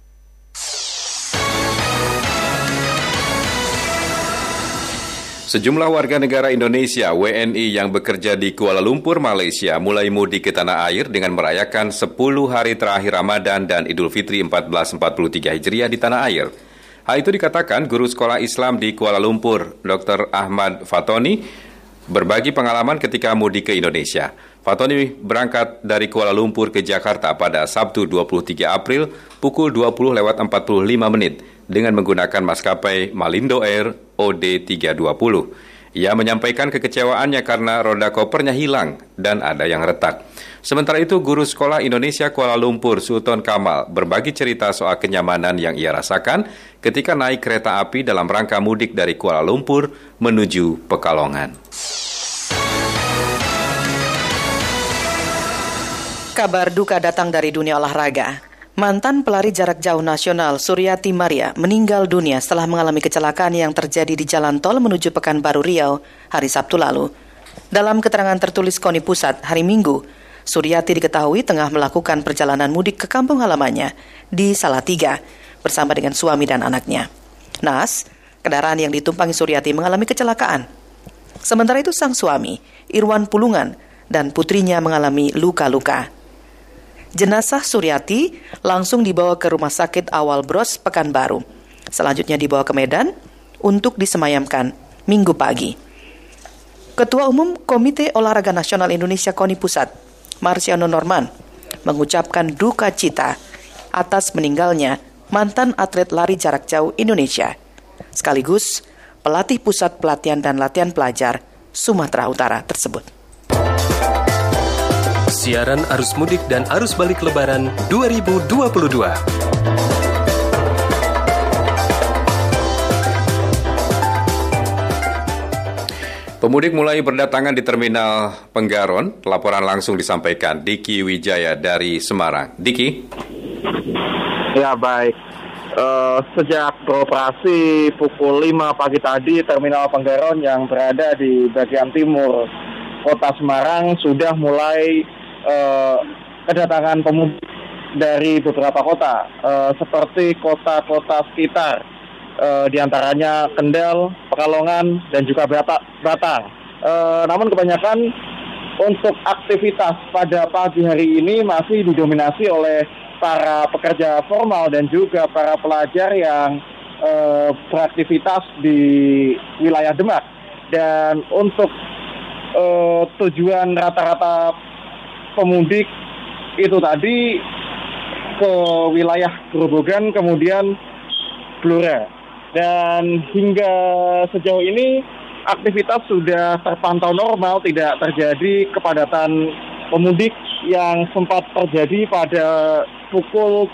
Sejumlah warga negara Indonesia WNI yang bekerja di Kuala Lumpur, Malaysia mulai mudik ke tanah air dengan merayakan 10 hari terakhir Ramadan dan Idul Fitri 1443 Hijriah di tanah air. Hal itu dikatakan Guru Sekolah Islam di Kuala Lumpur, Dr. Ahmad Fatoni, berbagi pengalaman ketika mudik ke Indonesia. Fatoni berangkat dari Kuala Lumpur ke Jakarta pada Sabtu 23 April pukul 20:45 dengan menggunakan maskapai Malindo Air OD320. Ia menyampaikan kekecewaannya karena roda kopernya hilang dan ada yang retak. Sementara itu, Guru Sekolah Indonesia Kuala Lumpur, Sultan Kamal, berbagi cerita soal kenyamanan yang ia rasakan ketika naik kereta api dalam rangka mudik dari Kuala Lumpur menuju Pekalongan. Kabar duka datang dari dunia olahraga. Mantan pelari jarak jauh nasional Suryati Maria meninggal dunia setelah mengalami kecelakaan yang terjadi di jalan tol menuju Pekanbaru Riau hari Sabtu lalu. Dalam keterangan tertulis KONI Pusat hari Minggu, Suryati diketahui tengah melakukan perjalanan mudik ke kampung halamannya di Salatiga bersama dengan suami dan anaknya. Naas, kendaraan yang ditumpangi Suryati mengalami kecelakaan. Sementara itu sang suami, Irwan Pulungan, dan putrinya mengalami luka-luka. Jenazah Suryati langsung dibawa ke Rumah Sakit Awal Bros, Pekanbaru. Selanjutnya dibawa ke Medan untuk disemayamkan Minggu pagi. Ketua Umum Komite Olahraga Nasional Indonesia KONI Pusat, Marciano Norman, mengucapkan duka cita atas meninggalnya mantan atlet lari jarak jauh Indonesia, sekaligus pelatih Pusat Pelatihan dan Latihan Pelajar Sumatera Utara tersebut. Siaran Arus Mudik dan Arus Balik Lebaran 2022. Pemudik mulai berdatangan di Terminal Penggaron. Laporan langsung disampaikan Diki Wijaya dari Semarang. Diki? Ya, baik. Sejak beroperasi pukul 5 pagi tadi, Terminal Penggaron yang berada di bagian timur Kota Semarang sudah mulai kedatangan pemudik dari beberapa kota, seperti kota-kota sekitar, diantaranya Kendal, Pekalongan, dan juga Batang. Namun kebanyakan untuk aktivitas pada pagi hari ini masih didominasi oleh para pekerja formal dan juga para pelajar yang beraktivitas di wilayah Demak. Dan untuk tujuan rata-rata pemudik itu tadi ke wilayah Grobogan, kemudian Blora. Dan hingga sejauh ini aktivitas sudah terpantau normal, tidak terjadi kepadatan pemudik yang sempat terjadi pada pukul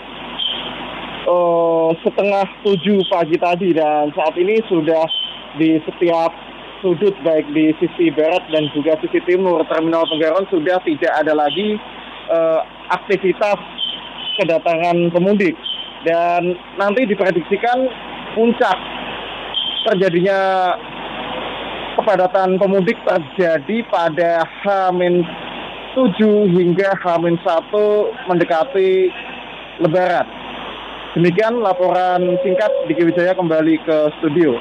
6:30 pagi tadi, dan saat ini sudah di setiap sudut baik di sisi barat dan juga sisi timur Terminal Penggaron sudah tidak ada lagi aktivitas kedatangan pemudik, dan nanti diprediksikan puncak terjadinya kepadatan pemudik terjadi pada H-7 hingga H-1 mendekati Lebaran. Demikian laporan singkat, Diki Wijaya kembali ke studio.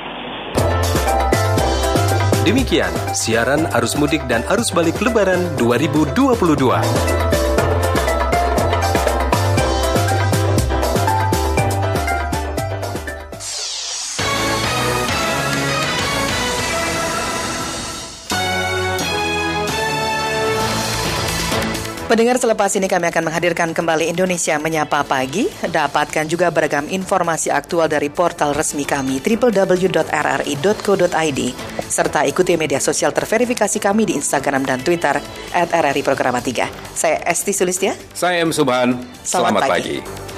Demikian siaran arus mudik dan arus balik Lebaran 2022. Pendengar, selepas ini kami akan menghadirkan kembali Indonesia Menyapa Pagi. Dapatkan juga beragam informasi aktual dari portal resmi kami www.rri.co.id, serta ikuti media sosial terverifikasi kami di Instagram dan Twitter @RRI Programa 3. Saya Esti Sulistya. Saya M. Subhan. Selamat pagi.